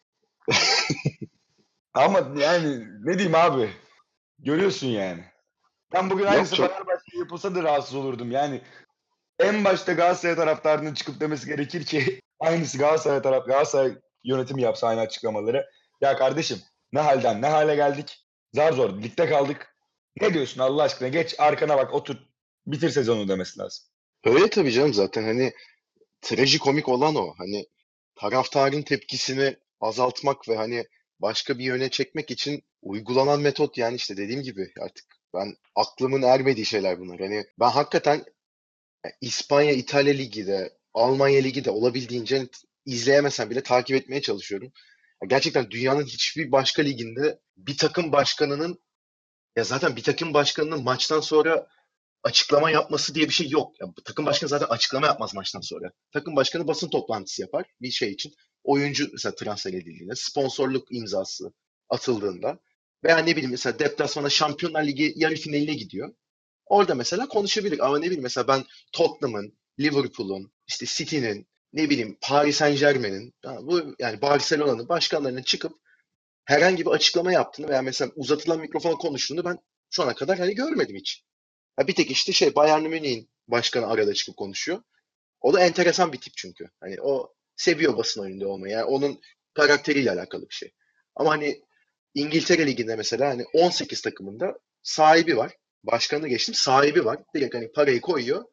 Ama yani ne diyeyim abi? Görüyorsun yani. Ben bugün Yok aynısı çok Fenerbahçe'ye yapılsa da rahatsız olurdum. Yani en başta Galatasaray taraftarının çıkıp demesi gerekir ki aynısı Galatasaray yönetimi yapsa aynı açıklamaları. Ya kardeşim ne halden ne hale geldik? Zar zor ligde kaldık. Ne diyorsun Allah aşkına geç arkana bak otur bitir sezonu demesi lazım. öyle tabii canım, zaten hani trajikomik olan o. Hani taraftarın tepkisini azaltmak ve hani başka bir yöne çekmek için uygulanan metot, yani işte dediğim gibi artık ben aklımın ermediği şeyler bunlar. Hani ben hakikaten İspanya, İtalya Ligi de, Almanya Ligi de olabildiğince izleyemesem bile takip etmeye çalışıyorum. Ya gerçekten dünyanın hiçbir başka liginde bir takım başkanının, ya zaten bir takım başkanının maçtan sonra açıklama yapması diye bir şey yok. Ya, takım başkanı zaten açıklama yapmaz maçtan sonra. Takım başkanı basın toplantısı yapar bir şey için. Oyuncu mesela transfer edildiğinde, sponsorluk imzası atıldığında veya ne bileyim mesela deplasmana Şampiyonlar Ligi yarı finaline gidiyor. Orada mesela konuşabilir. Ama ne bileyim mesela ben Tottenham'ın, Liverpool'un, işte City'nin, ne bileyim Paris Saint-Germain'in, bu yani Barcelona'nın başkanlarının çıkıp herhangi bir açıklama yaptığını veya mesela uzatılan mikrofona konuştuğunu ben şu ana kadar hani görmedim hiç. Ha bir tek işte şey Bayern Münih'in başkanı arada çıkıp konuşuyor. O da enteresan bir tip çünkü. Hani o seviyor basın önünde olmayı. Yani onun karakteriyle alakalı bir şey. Ama hani İngiltere Ligi'nde mesela hani 18 takımında sahibi var. Başkanı geçtim, sahibi var. Direkt hani parayı koyuyor.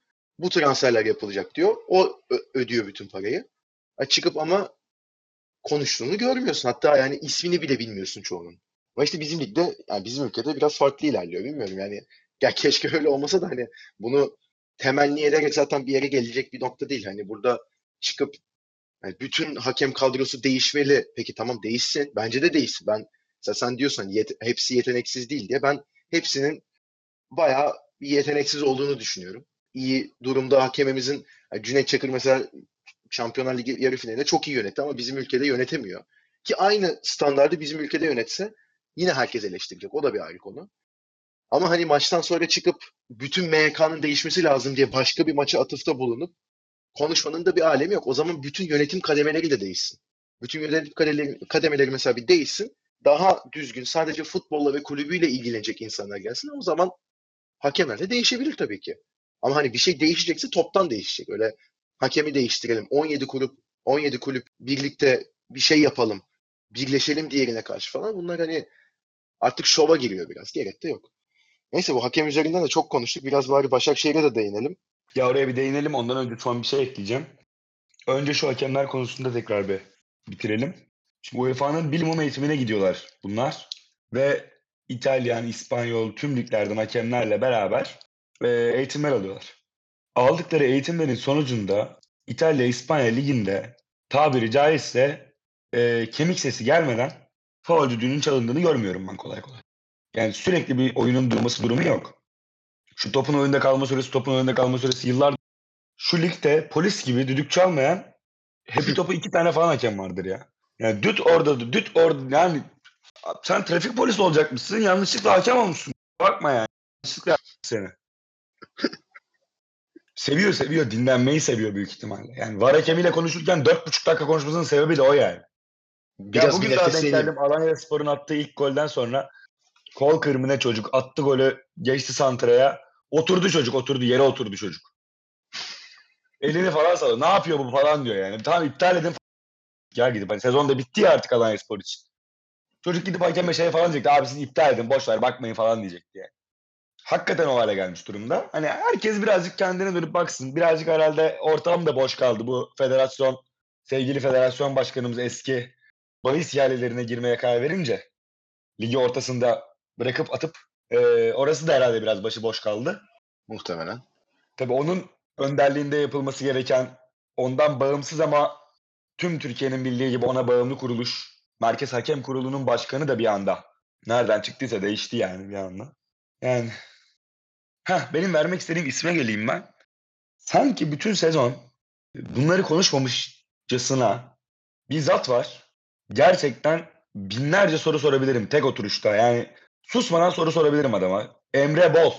bu transferler yapılacak diyor. O ödüyor bütün parayı. Çıkıp ama konuştuğunu görmüyorsun. Hatta yani ismini bile bilmiyorsun çoğunun. Ama işte bizim ligde, yani bizim ülkede biraz farklı ilerliyor. Bilmiyorum yani. Ya keşke öyle olmasa da hani bunu temenni ederek zaten bir yere gelecek bir nokta değil. Hani burada çıkıp yani bütün hakem kadrosu değişmeli. Peki tamam, değişsin. Bence de değişsin. Mesela sen diyorsan hepsi yeteneksiz değil diye, ben hepsinin bayağı yeteneksiz olduğunu düşünüyorum. İyi durumda hakemimizin, yani Cüneyt Çakır mesela Şampiyonlar Ligi yarı finalinde çok iyi yönetti ama bizim ülkede yönetemiyor. Ki aynı standardı bizim ülkede yönetse yine herkes eleştirecek. O da bir ayrı konu. Ama hani maçtan sonra çıkıp bütün MYK'nın değişmesi lazım diye başka bir maça atıfta bulunup konuşmanın da bir alemi yok. O zaman bütün yönetim kademeleri de değişsin. Bütün yönetim kademeleri mesela bir değişsin. Daha düzgün, sadece futbolla ve kulübüyle ilgilenecek insanlar gelsin. O zaman hakemler de değişebilir tabii ki. Ama hani bir şey değişecekse toptan değişecek. Öyle hakemi değiştirelim, 17 kulüp birlikte bir şey yapalım, birleşelim diğerine karşı falan. Bunlar hani artık şova giriyor biraz. Gerek de yok. Neyse, bu hakem üzerinden de çok konuştuk. Biraz bari Başakşehir'e de değinelim. Ya oraya bir değinelim. Ondan önce son bir şey ekleyeceğim. Önce şu hakemler konusunda tekrar bir bitirelim. Şimdi UEFA'nın bilimum eğitimine gidiyorlar bunlar. Ve İtalyan, İspanyol tüm liglerden hakemlerle beraber eğitimler alıyorlar. Aldıkları eğitimlerin sonucunda İtalya, İspanya liginde tabiri caizse kemik sesi gelmeden faul düdüğünün çalındığını görmüyorum ben kolay kolay. Yani sürekli bir oyunun durması durumu yok. Şu topun oyunda kalma süresi, topun oyunda kalma süresi yıllar. Şu ligde polis gibi düdük çalmayan Happy Top'u 2 tane falan hakem vardır ya. Yani düt orada, düt orada. Yani sen trafik polisi olacakmışsın. Yanlışlıkla hakem olmuşsun. Bakma yani. Yanlışlıkla yapmış seni. Seviyor. Dinlenmeyi seviyor büyük ihtimalle. Yani VAR hakemiyle konuşurken 4,5 dakika konuşmasının sebebi de o yani. Ya Biraz bir bugün daha denk nefesleneyim. geldim. Alanyaspor'un attığı ilk golden sonra kol kırmına çocuk attı golü, geçti santraya. Oturdu yere oturdu çocuk. Elini falan sallıyor. Ne yapıyor bu falan diyor yani. Tamam, iptal edin. Gel gidip, hani sezon da bitti ya artık Alanyaspor için. Çocuk gidip hakeme şey falan diyecekti. Abi siz iptal edin, boş ver, bakmayın falan diyecekti yani. Hakikaten o hale gelmiş durumda. Hani herkes birazcık kendine dönüp baksın. Birazcık herhalde ortam da boş kaldı. Bu federasyon, sevgili federasyon başkanımız eski bahis ihalelerine girmeye karar verince ligi ortasında bırakıp atıp orası da herhalde biraz başıboş kaldı. Muhtemelen. Tabii onun önderliğinde yapılması gereken, ondan bağımsız ama tüm Türkiye'nin bildiği gibi ona bağımlı kuruluş, Merkez Hakem Kurulu'nun başkanı da bir anda nereden çıktıysa değişti yani bir anda. Yani benim vermek istediğim isme geleyim ben. Sanki bütün sezon bunları konuşmamışçasına bir zat var. Gerçekten binlerce soru sorabilirim tek oturuşta. Yani susmadan soru sorabilirim adama. Emre Bol.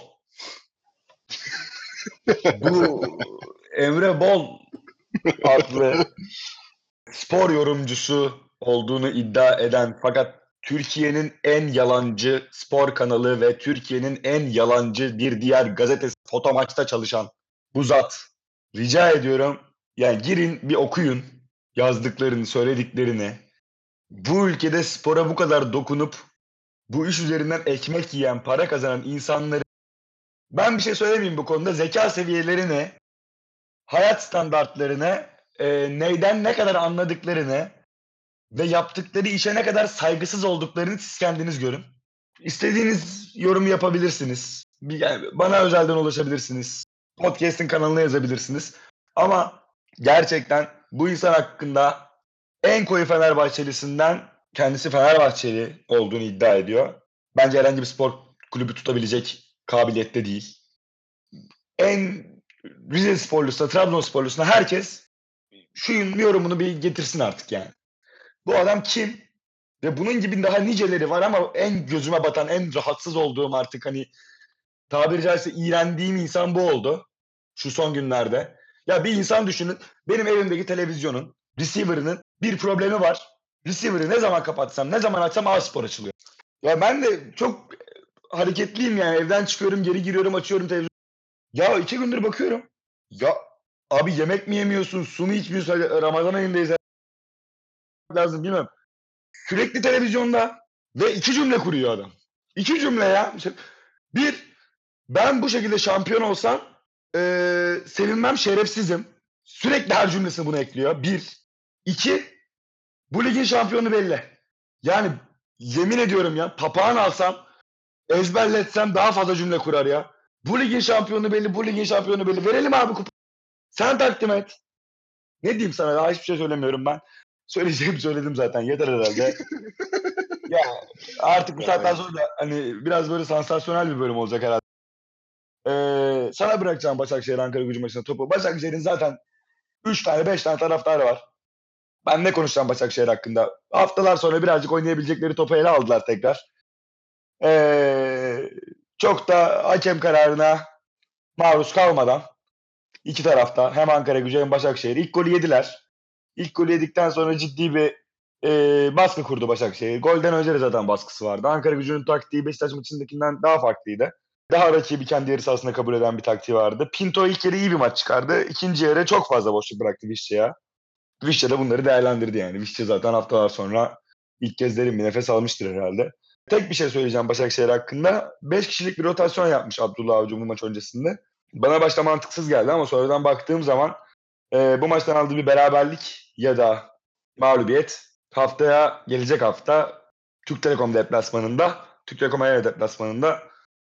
Bu Emre Bol adlı spor yorumcusu olduğunu iddia eden fakat Türkiye'nin en yalancı spor kanalı ve Türkiye'nin en yalancı bir diğer gazetesi Fotomaç'ta çalışan bu zat. Rica ediyorum, yani girin bir okuyun yazdıklarını, söylediklerini. Bu ülkede spora bu kadar dokunup bu iş üzerinden ekmek yiyen, para kazanan insanları, ben bir şey söylemeyeyim bu konuda, zeka seviyelerini, hayat standartlarını, neyden ne kadar anladıklarını ve yaptıkları işe ne kadar saygısız olduklarını siz kendiniz görün. İstediğiniz yorumu yapabilirsiniz. Yani bana özelden ulaşabilirsiniz. Podcast'in kanalına yazabilirsiniz. Ama gerçekten bu insan hakkında en koyu Fenerbahçelisinden, kendisi Fenerbahçeli olduğunu iddia ediyor. Bence herhangi bir spor kulübü tutabilecek kabiliyette değil. En Rizesporlusuna, Trabzonsporlusuna herkes şu yorumunu bir getirsin artık yani. Bu adam kim? Ve bunun gibi daha niceleri var ama en gözüme batan, en rahatsız olduğum, artık hani tabiri caizse iğrendiğim insan bu oldu. Şu son günlerde. Ya bir insan düşünün, benim evimdeki televizyonun receiver'ının bir problemi var. Receiver'ı ne zaman kapatsam, ne zaman açsam A-Spor açılıyor. Ya ben de çok hareketliyim yani, evden çıkıyorum, geri giriyorum, açıyorum televizyonu. Ya 2 gündür bakıyorum. Ya abi, yemek mi yemiyorsun, su mu içmiyorsun? Ramazan ayındayız, lazım bilmem. Sürekli televizyonda ve 2 cümle kuruyor adam. 2 cümle ya. Bir, ben bu şekilde şampiyon olsam Sevinmem, şerefsizim. Sürekli her cümlesine bunu ekliyor. 1. 2. Bu ligin şampiyonu belli. Yani yemin ediyorum ya, papağan alsam, ezberletsem daha fazla cümle kurar ya. Bu ligin şampiyonu belli, bu ligin şampiyonu belli. Verelim abi kupa. Sen takdim et. Ne diyeyim sana, daha hiçbir şey söylemiyorum ben. Söyleyeceğimi söyledim zaten, yeter herhalde. Ya artık bu saatten Yani, sonra da hani biraz böyle sansasyonel bir bölüm olacak herhalde. Sana bırakacağım Başakşehir Ankara Gücü maçında topu. Başakşehir'in zaten 3 tane 5 tane taraftarı var. Ben ne konuşacağım Başakşehir hakkında? Haftalar sonra birazcık oynayabilecekleri topu ele aldılar tekrar. Ee, Çok da hakem kararına maruz kalmadan iki tarafta hem Ankara Gücü hem Başakşehir ilk golü yediler. İlk golü yedikten sonra ciddi bir baskı kurdu Başakşehir. Golden önce de zaten baskısı vardı. Ankara Gücü'nün taktiği Beşiktaş maçındakinden daha farklıydı. Daha rakibi kendi yarı sahasında kabul eden bir taktiği vardı. Pinto ilk yarı iyi bir maç çıkardı. İkinci yarı çok fazla boşluk bıraktı Vişça'ya. Vişça da bunları değerlendirdi yani. Vişça zaten haftalar sonra ilk kez derin bir nefes almıştır herhalde. Tek bir şey söyleyeceğim Başakşehir hakkında. 5 kişilik bir rotasyon yapmış Abdullah Avcı bu maç öncesinde. Bana başta mantıksız geldi ama sonradan baktığım zaman bu maçtan aldığı bir beraberlik ya da mağlubiyet haftaya, gelecek hafta Türk Telekom deplasmanında, Türk Telekom Arena deplasmanında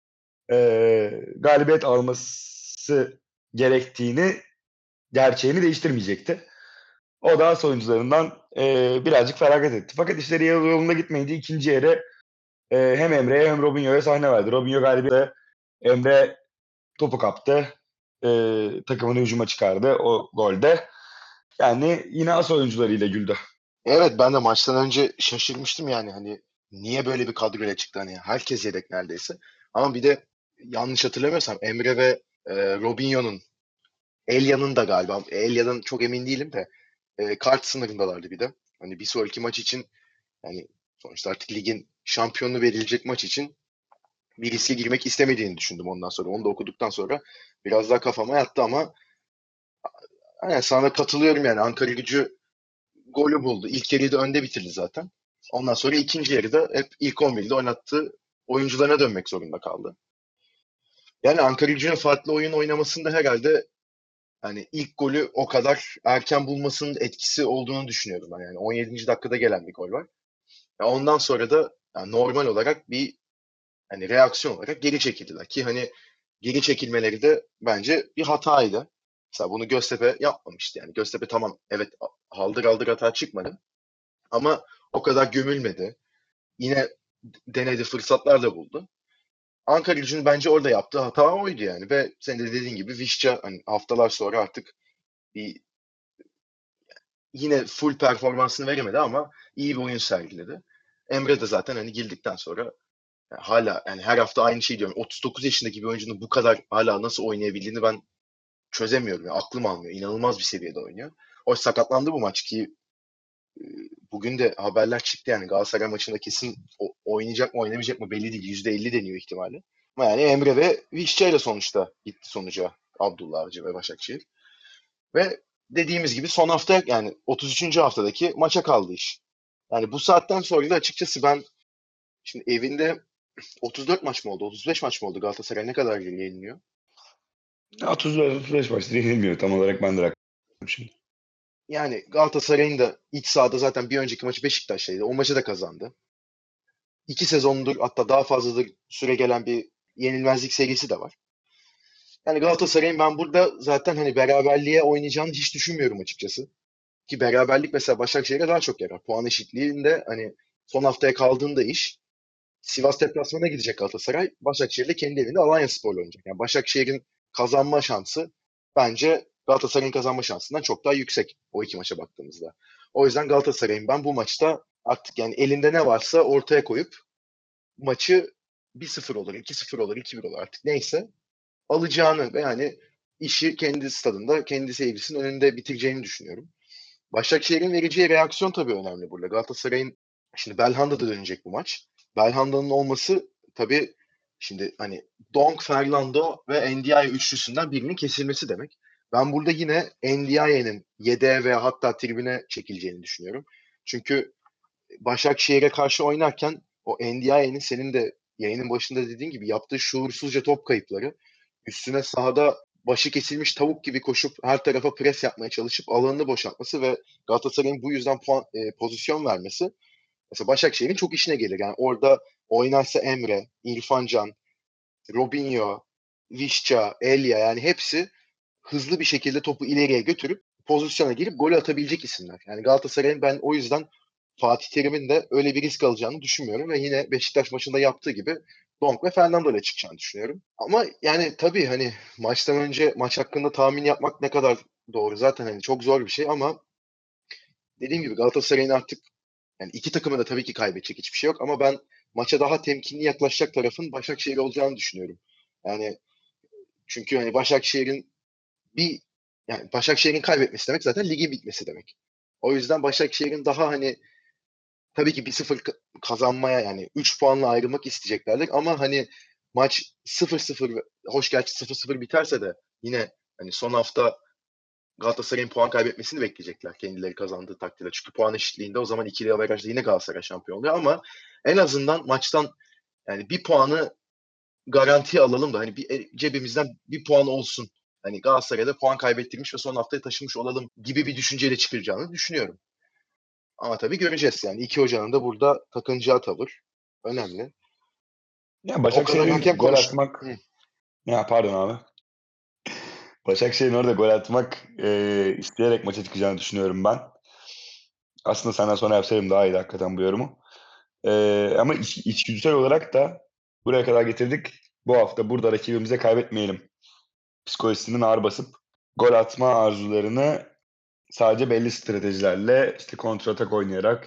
galibiyet alması gerektiğini, gerçeğini değiştirmeyecekti. O da oyuncularından birazcık feragat etti. Fakat işleri yolunda gitmeyince ikinci yere hem Emre'ye hem Robinho'ya sahne verdi. Robinho galibiyete, Emre topu kaptı. Takımını hücuma çıkardı o golde. Yani yine as oyuncularıyla güldü. evet, ben de maçtan önce şaşırmıştım yani, hani niye böyle bir kadroyla çıktı, hani herkes yedek neredeyse. Ama bir de yanlış hatırlamıyorsam Emre ve Robinho'nun, Elya'nın da galiba, Elya'dan çok emin değilim de kart sınırındalardı bir de. Hani bir sonraki maç için, yani sonuçta artık ligin şampiyonu verilecek maç için bir riske girmek istemediğini düşündüm ondan sonra. Onu da okuduktan sonra biraz daha kafama yattı ama hani sana katılıyorum yani. Ankara Gücü golü buldu. İlk yarıyı da önde bitirdi zaten. Ondan sonra ikinci yarıda hep ilk 11'de oynattığı oyuncularına dönmek zorunda kaldı. Yani Ankara Gücü'nün farklı oyun oynamasında herhalde hani ilk golü o kadar erken bulmasının etkisi olduğunu düşünüyorum ben. Yani 17. dakikada gelen bir gol var. Ondan sonra da yani normal olarak bir, hani reaksiyon olarak geri çekildiler ki hani geri çekilmeleri de bence bir hataydı. Mesela bunu Göztepe yapmamıştı yani. Göztepe tamam, evet, haldır haldır hata çıkmadı ama o kadar gömülmedi. Yine denedi, fırsatlar da buldu. Ankaragücü'nün bence orada yaptığı hata oydu yani ve senin de dediğin gibi Vişça hani haftalar sonra artık bir, yine full performansını veremedi ama iyi bir oyun sergiledi. Emre de zaten hani girdikten sonra hala, yani her hafta aynı şey diyorum. 39 yaşındaki bir oyuncunun bu kadar hala nasıl oynayabildiğini ben çözemiyorum. Yani aklım almıyor. İnanılmaz bir seviyede oynuyor. O sakatlandı bu maç ki e, bugün de haberler çıktı yani Galatasaray maçında kesin oynayacak mı oynamayacak mı belli değil. %50 deniyor ihtimali. Ama yani Emre ve Vişça ile sonuçta gitti sonuca Abdullah Avcı ve Başakşehir. Ve dediğimiz gibi son hafta, yani 33. haftadaki maça kaldı iş. Yani bu saatten sonra da açıkçası ben şimdi evinde 34 maç mı oldu? 35 maç mı oldu? Galatasaray ne kadar yeniliyor? 35 maçtır yenilmiyor tam olarak, ben de rakam şimdi. Yani Galatasaray'ın da iç sahada zaten bir önceki maçı Beşiktaş'taydı. O maçı da kazandı. 2 sezondur, hatta daha fazladır süre gelen bir yenilmezlik serisi de var. Yani Galatasaray'ın ben burada zaten hani beraberliğe oynayacağını hiç düşünmüyorum açıkçası. Ki beraberlik mesela Başakşehir'e daha çok yarar. Puan eşitliğinde hani son haftaya kaldığında iş, Sivas deplasmana gidecek Galatasaray. Başakşehir de kendi evinde Alanyaspor'la oynayacak. Yani Başakşehir'in kazanma şansı bence Galatasaray'ın kazanma şansından çok daha yüksek o iki maça baktığımızda. O yüzden Galatasaray'ın ben bu maçta artık yani elinde ne varsa ortaya koyup maçı 1-0 olur, 2-0 olur, 2-1 olur, artık neyse alacağını ve yani işi kendi stadında, kendi seyircisinin önünde bitireceğini düşünüyorum. Başakşehir'in vereceği reaksiyon tabii önemli burada. Galatasaray'ın şimdi Belhanda da dönecek bu maç. Belhanda'nın olması tabii şimdi hani Donk, Fernando ve Ndiaye üçlüsünden birinin kesilmesi demek. Ben burada yine Ndiaye'nin yedeğe ve hatta tribüne çekileceğini düşünüyorum. Çünkü Başakşehir'e karşı oynarken o Ndiaye'nin senin de yayının başında dediğin gibi yaptığı şuursuzca top kayıpları, üstüne sahada başı kesilmiş tavuk gibi koşup her tarafa pres yapmaya çalışıp alanını boşaltması ve Galatasaray'ın bu yüzden pozisyon vermesi mesela Başakşehir'in çok işine gelir. Yani orada oynarsa Emre, İrfan Can, Robinho, Visca, Elia yani hepsi hızlı bir şekilde topu ileriye götürüp pozisyona girip gol atabilecek isimler. Yani Galatasaray'ın ben o yüzden Fatih Terim'in de öyle bir risk alacağını düşünmüyorum ve yine Beşiktaş maçında yaptığı gibi Donk ve Fernando ile çıkacağını düşünüyorum. Ama yani tabii hani maçtan önce maç hakkında tahmin yapmak ne kadar doğru zaten hani çok zor bir şey ama dediğim gibi Galatasaray'ın artık yani iki takımın da tabii ki kaybedecek hiçbir şey yok ama ben maça daha temkinli yaklaşacak tarafın Başakşehir olacağını düşünüyorum. Yani çünkü hani bir Başakşehir'in kaybetmesi demek zaten ligin bitmesi demek. O yüzden Başakşehir'in daha hani tabii ki 1-0 kazanmaya yani 3 puanla ayrılmak isteyeceklerdir ama hani maç 0-0 hoş gerçi 0-0 biterse de yine hani son hafta Galatasaray'ın puan kaybetmesini bekleyecekler kendileri kazandığı takdirde. Çünkü puan eşitliğinde o zaman ikili averajda yine Galatasaray şampiyon oluyor ama en azından maçtan yani bir puanı garantiye alalım da hani cebimizden bir puan olsun. Hani Galatasaray'da puan kaybettirmiş ve son haftaya taşımış olalım gibi bir düşünceyle çıkacağını düşünüyorum. Ama tabii göreceğiz yani. İki hocanın da burada takınacağı tavır önemli. Ya O kadar Başakşehir'in hakem gol konuş. atmak, Hı. ya pardon abi. Başakşehir'in orada gol atmak isteyerek maça çıkacağını düşünüyorum ben. Aslında senden sonra yapsaydım daha iyiydi hakikaten bu yorumu. Ama içgüdüsel olarak da buraya kadar getirdik. Bu hafta burada rakibimize kaybetmeyelim psikolojisinin ağır basıp gol atma arzularını sadece belli stratejilerle işte kontratak oynayarak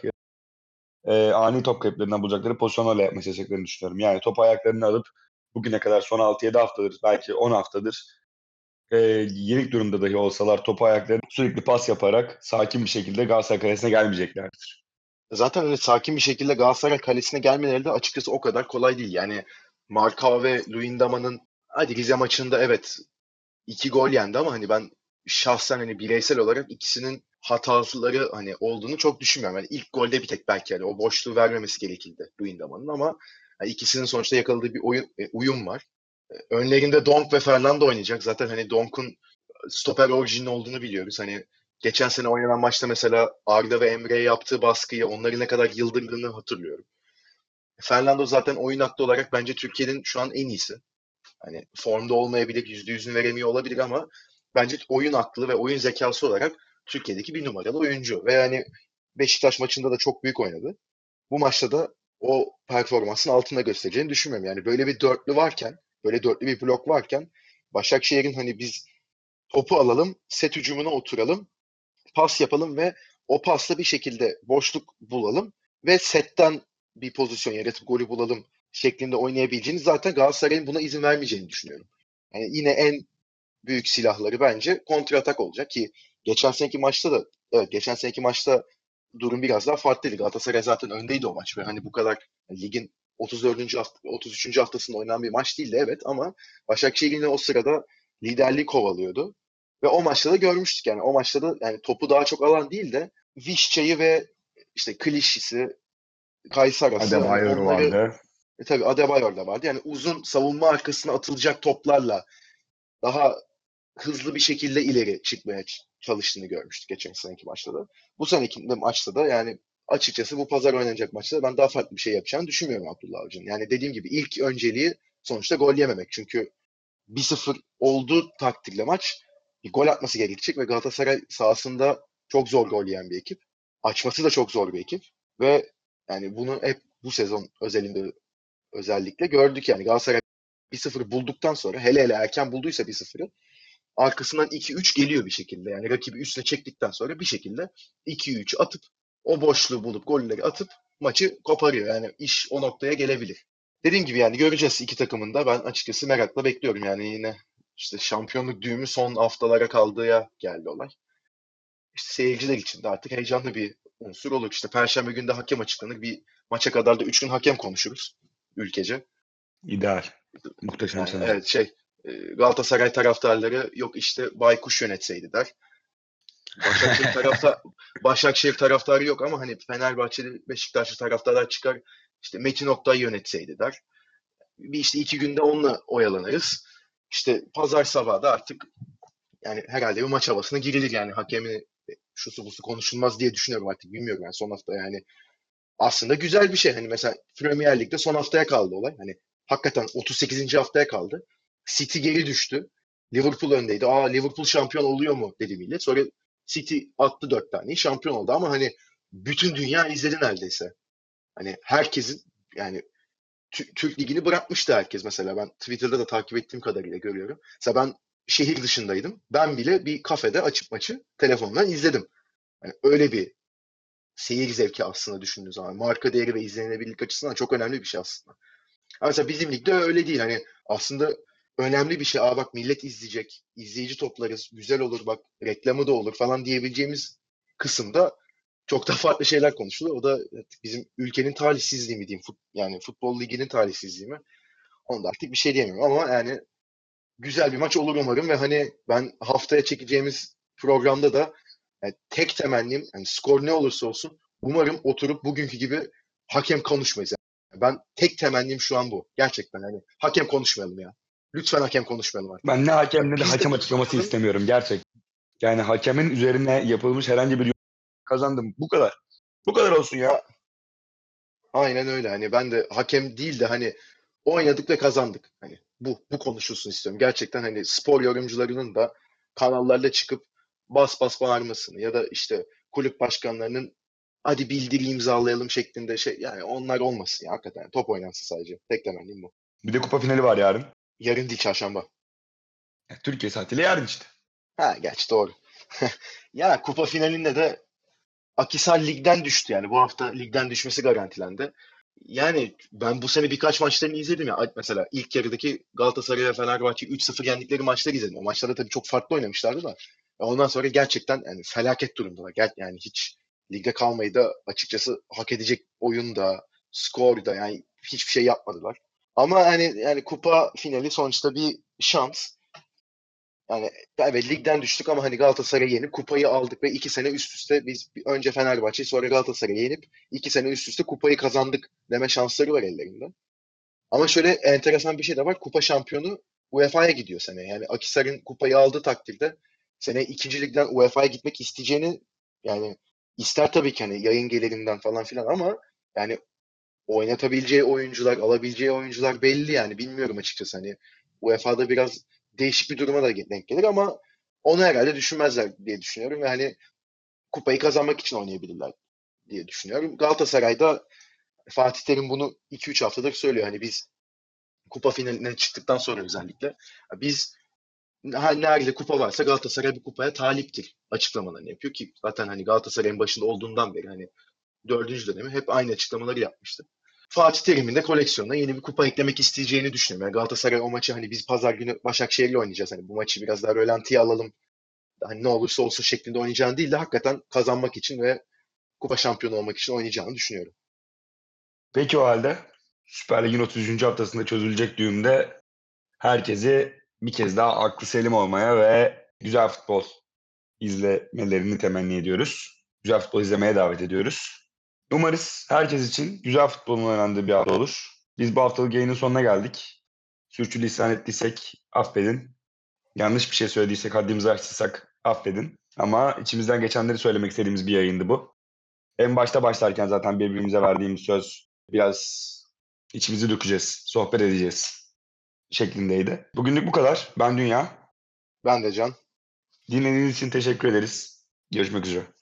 ani top kayıplarından bulacakları pozisyonlarla yapmaya çalışacaklarını düşünüyorum. Yani top ayaklarını alıp bugüne kadar son 6-7 haftadır belki 10 haftadır yenik durumda dahi olsalar topu ayaklarını sürekli pas yaparak sakin bir şekilde Galatasaray kalesine gelmeyeceklerdir. Zaten öyle sakin bir şekilde Galatasaray kalesine gelmeleri de açıkçası o kadar kolay değil. Yani Marka ve Luyendama'nın hadi Rize maçında evet 2 gol yendi ama hani ben şahsen hani bireysel olarak ikisinin hataları hani olduğunu çok düşünmüyorum. Yani ilk golde bir tek belki hani o boşluğu vermemesi gerekildi Luyendama'nın ama hani ikisinin sonuçta yakaladığı bir uyum var. Önlerinde Donk ve Fernando oynayacak. Zaten hani Donk'un stoper orijinin olduğunu biliyoruz. Hani geçen sene oynanan maçta mesela Arda ve Emre'ye yaptığı baskıyı onları ne kadar yıldırdığını hatırlıyorum. Fernando zaten oyun aklı olarak bence Türkiye'nin şu an en iyisi. Hani formda olmayabilir, %100'ünü veremiyor olabilir ama bence oyun aklı ve oyun zekası olarak Türkiye'deki bir numaralı oyuncu. Ve yani Beşiktaş maçında da çok büyük oynadı. Bu maçta da o performansın altında göstereceğini düşünmüyorum. Yani böyle bir dörtlü varken, böyle dörtlü bir blok varken Başakşehir'in hani biz topu alalım, set hücumuna oturalım, pas yapalım ve o pasla bir şekilde boşluk bulalım ve setten bir pozisyon yaratıp golü bulalım şeklinde oynayabileceğini zaten Galatasaray'ın buna izin vermeyeceğini düşünüyorum. Yani yine en büyük silahları bence kontratak olacak ki geçen seneki maçta durum biraz daha farklıydı. Galatasaray zaten öndeydi o maç ve hani bu kadar ligin 34. 33. haftasında oynanan bir maç değildi evet ama Başakşehir yine o sırada liderliği kovalıyordu. Ve o maçta da görmüştük yani o maçta da yani topu daha çok alan değil de Vişça'yı ve işte Klişi'si, Kaysaras'ı hani Adebayor onları vardı. tabii Adebayor da vardı. Yani uzun savunma arkasına atılacak toplarla daha hızlı bir şekilde ileri çıkmaya çalıştığını görmüştük geçen seneki maçta da. Bu seneki de maçta da yani açıkçası bu pazar oynanacak maçta da ben daha farklı bir şey yapacağını düşünmüyorum Abdullah Avcı'nın. Yani dediğim gibi ilk önceliği sonuçta gol yememek. Çünkü 1-0 olduğu takdirde maç bir gol atması gerekecek ve Galatasaray sahasında çok zor gol yiyen bir ekip. Açması da çok zor bir ekip ve yani bunu hep bu sezon özelinde özellikle gördük yani Galatasaray 1-0 bulduktan sonra hele hele erken bulduysa 1-0'ı arkasından 2-3 geliyor bir şekilde. Yani rakibi üstüne çektikten sonra bir şekilde 2-3 atıp o boşluğu bulup golleri atıp maçı koparıyor. Yani iş o noktaya gelebilir. Dediğim gibi yani göreceğiz iki takımın da. Ben açıkçası merakla bekliyorum. Yani yine işte şampiyonluk düğümü son haftalara kaldığı geldi olay. İşte seyirciler için de artık heyecanlı bir unsur olur. İşte Perşembe günü de hakem açıklanır. Bir maça kadar da 3 gün hakem konuşuruz ülkece. İdeal. Muhteşem Yani senaryo. evet Galatasaray taraftarları yok işte Baykuş yönetseydi der. Başakşehir tarafta Başakşehir taraftarı yok ama hani Fenerbahçeli Beşiktaşlı taraftarlar çıkar işte Metin Oktay yönetseydi der. Bir işte 2 günde onunla oyalanırız. İşte pazar sabahı da artık yani herhalde bir maç havasına girilir yani hakemin şusu busu konuşulmaz diye düşünüyorum artık bilmiyorum yani son hafta yani aslında güzel bir şey. Hani mesela Premier Lig'de son haftaya kaldı olay. Hani hakikaten 38. haftaya kaldı. City geri düştü. Liverpool öndeydi. Aa Liverpool şampiyon oluyor mu dedi millet. Sonra City attı 4 tane şampiyon oldu ama hani bütün dünya izledi neredeyse. Hani herkesin yani Türk Ligi'ni bırakmıştı herkes mesela. Ben Twitter'da da takip ettiğim kadarıyla görüyorum. Mesela ben şehir dışındaydım. Ben bile bir kafede açıp maçı telefondan izledim. Yani öyle bir seyir zevki aslında düşündüğün zaman. Marka değeri ve izlenebilirlik açısından çok önemli bir şey aslında. Ama mesela bizim ligde öyle değil. Hani aslında önemli bir şey. Aa bak millet izleyecek. İzleyici toplarız. Güzel olur bak. Reklamı da olur falan diyebileceğimiz kısımda çok da farklı şeyler konuşuluyor. O da bizim ülkenin talihsizliği mi diyeyim. Yani futbol liginin talihsizliği mi? Onu da artık bir şey diyemiyorum. Ama yani güzel bir maç olur umarım ve hani ben haftaya çekeceğimiz programda da yani tek temennim yani skor ne olursa olsun umarım oturup bugünkü gibi hakem konuşmayız. Yani. Ben tek temennim şu an bu. Gerçekten hani hakem konuşmayalım ya. Lütfen hakem konuşmayalım artık. Ben ne hakem ne de Biz de hakem açıklaması tutmayalım. istemiyorum gerçek. Yani hakemin üzerine yapılmış herhangi bir kazandım. Bu kadar. Bu kadar olsun ya. A- Aynen öyle. Hani ben de hakem değil de hani oynadık ve kazandık. Hani bu konuşulsun istiyorum. Gerçekten hani spor yorumcularının da kanallarda çıkıp bas bas bağırmasını ya da işte kulüp başkanlarının hadi bildiri imzalayalım şeklinde şey yani onlar olmasın ya hakikaten. Top oynansın sadece. Tek temennim bu. Bir de kupa finali var yarın. Yarın değil çarşamba. Türkiye saatiyle yarın işte. Ha gerçi doğru. Ya kupa finalinde de Akhisar ligden düştü yani. Bu hafta ligden düşmesi garantilendi. Yani ben bu sene birkaç maçlarını izledim ya. Mesela ilk yarıdaki Galatasaray ve Fenerbahçe 3-0 yendikleri maçları izledim. O maçlarda tabii çok farklı oynamışlardı da. Ondan sonra gerçekten yani felaket durumdalar. Yani hiç ligde kalmayı da açıkçası hak edecek oyunda, skor da yani hiçbir şey yapmadılar. Ama yani kupa finali sonuçta bir şans. Yani evet ligden düştük ama hani Galatasaray'ı yenip kupayı aldık ve 2 sene üst üste biz önce Fenerbahçe sonra Galatasaray'ı yenip 2 sene üst üste kupayı kazandık deme şansları var ellerinde. Ama şöyle enteresan bir şey de var. Kupa şampiyonu UEFA'ya gidiyor sene. Yani Akhisar'ın kupayı aldığı takdirde sene 2. Ligden UEFA'ya gitmek isteyeceğini yani ister tabii ki hani yayın gelirinden falan filan ama yani oynatabileceği oyuncular, alabileceği oyuncular belli yani. Bilmiyorum açıkçası hani UEFA'da biraz değişik bir duruma da denk gelir ama onu herhalde düşünmezler diye düşünüyorum ve hani kupayı kazanmak için oynayabilirler diye düşünüyorum. Galatasaray'da Fatih Terim bunu 2-3 haftadır söylüyor. Hani biz kupa finaline çıktıktan sonra özellikle biz nerede kupa varsa Galatasaray bir kupaya taliptir açıklamalarını yapıyor ki zaten hani Galatasaray'ın başında olduğundan beri hani 4. dönemi hep aynı açıklamaları yapmıştı. Fatih Terim'in de koleksiyonuna yeni bir kupa eklemek isteyeceğini düşünüyorum. Yani Galatasaray o maçı hani biz pazar günü Başakşehir'le oynayacağız. Hani bu maçı biraz daha rölantiye alalım. Hani ne olursa olsun şeklinde oynayacağını değil de hakikaten kazanmak için ve kupa şampiyonu olmak için oynayacağını düşünüyorum. Peki o halde Süper Lig'in 33. haftasında çözülecek düğümde herkesi bir kez daha aklı selim olmaya ve güzel futbol izlemelerini temenni ediyoruz. Güzel futbol izlemeye davet ediyoruz. Umarız herkes için güzel futbolun oynandığı bir hafta olur. Biz bu haftalık yayının sonuna geldik. Sürçülisan ettiysek affedin. Yanlış bir şey söylediysek, haddimizi aştıysak affedin. Ama içimizden geçenleri söylemek istediğimiz bir yayındı bu. En başta başlarken zaten birbirimize verdiğimiz söz biraz içimizi dökeceğiz, sohbet edeceğiz şeklindeydi. Bugünlük bu kadar. Ben Dünya. Ben de Can. Dinlediğiniz için teşekkür ederiz. Görüşmek üzere.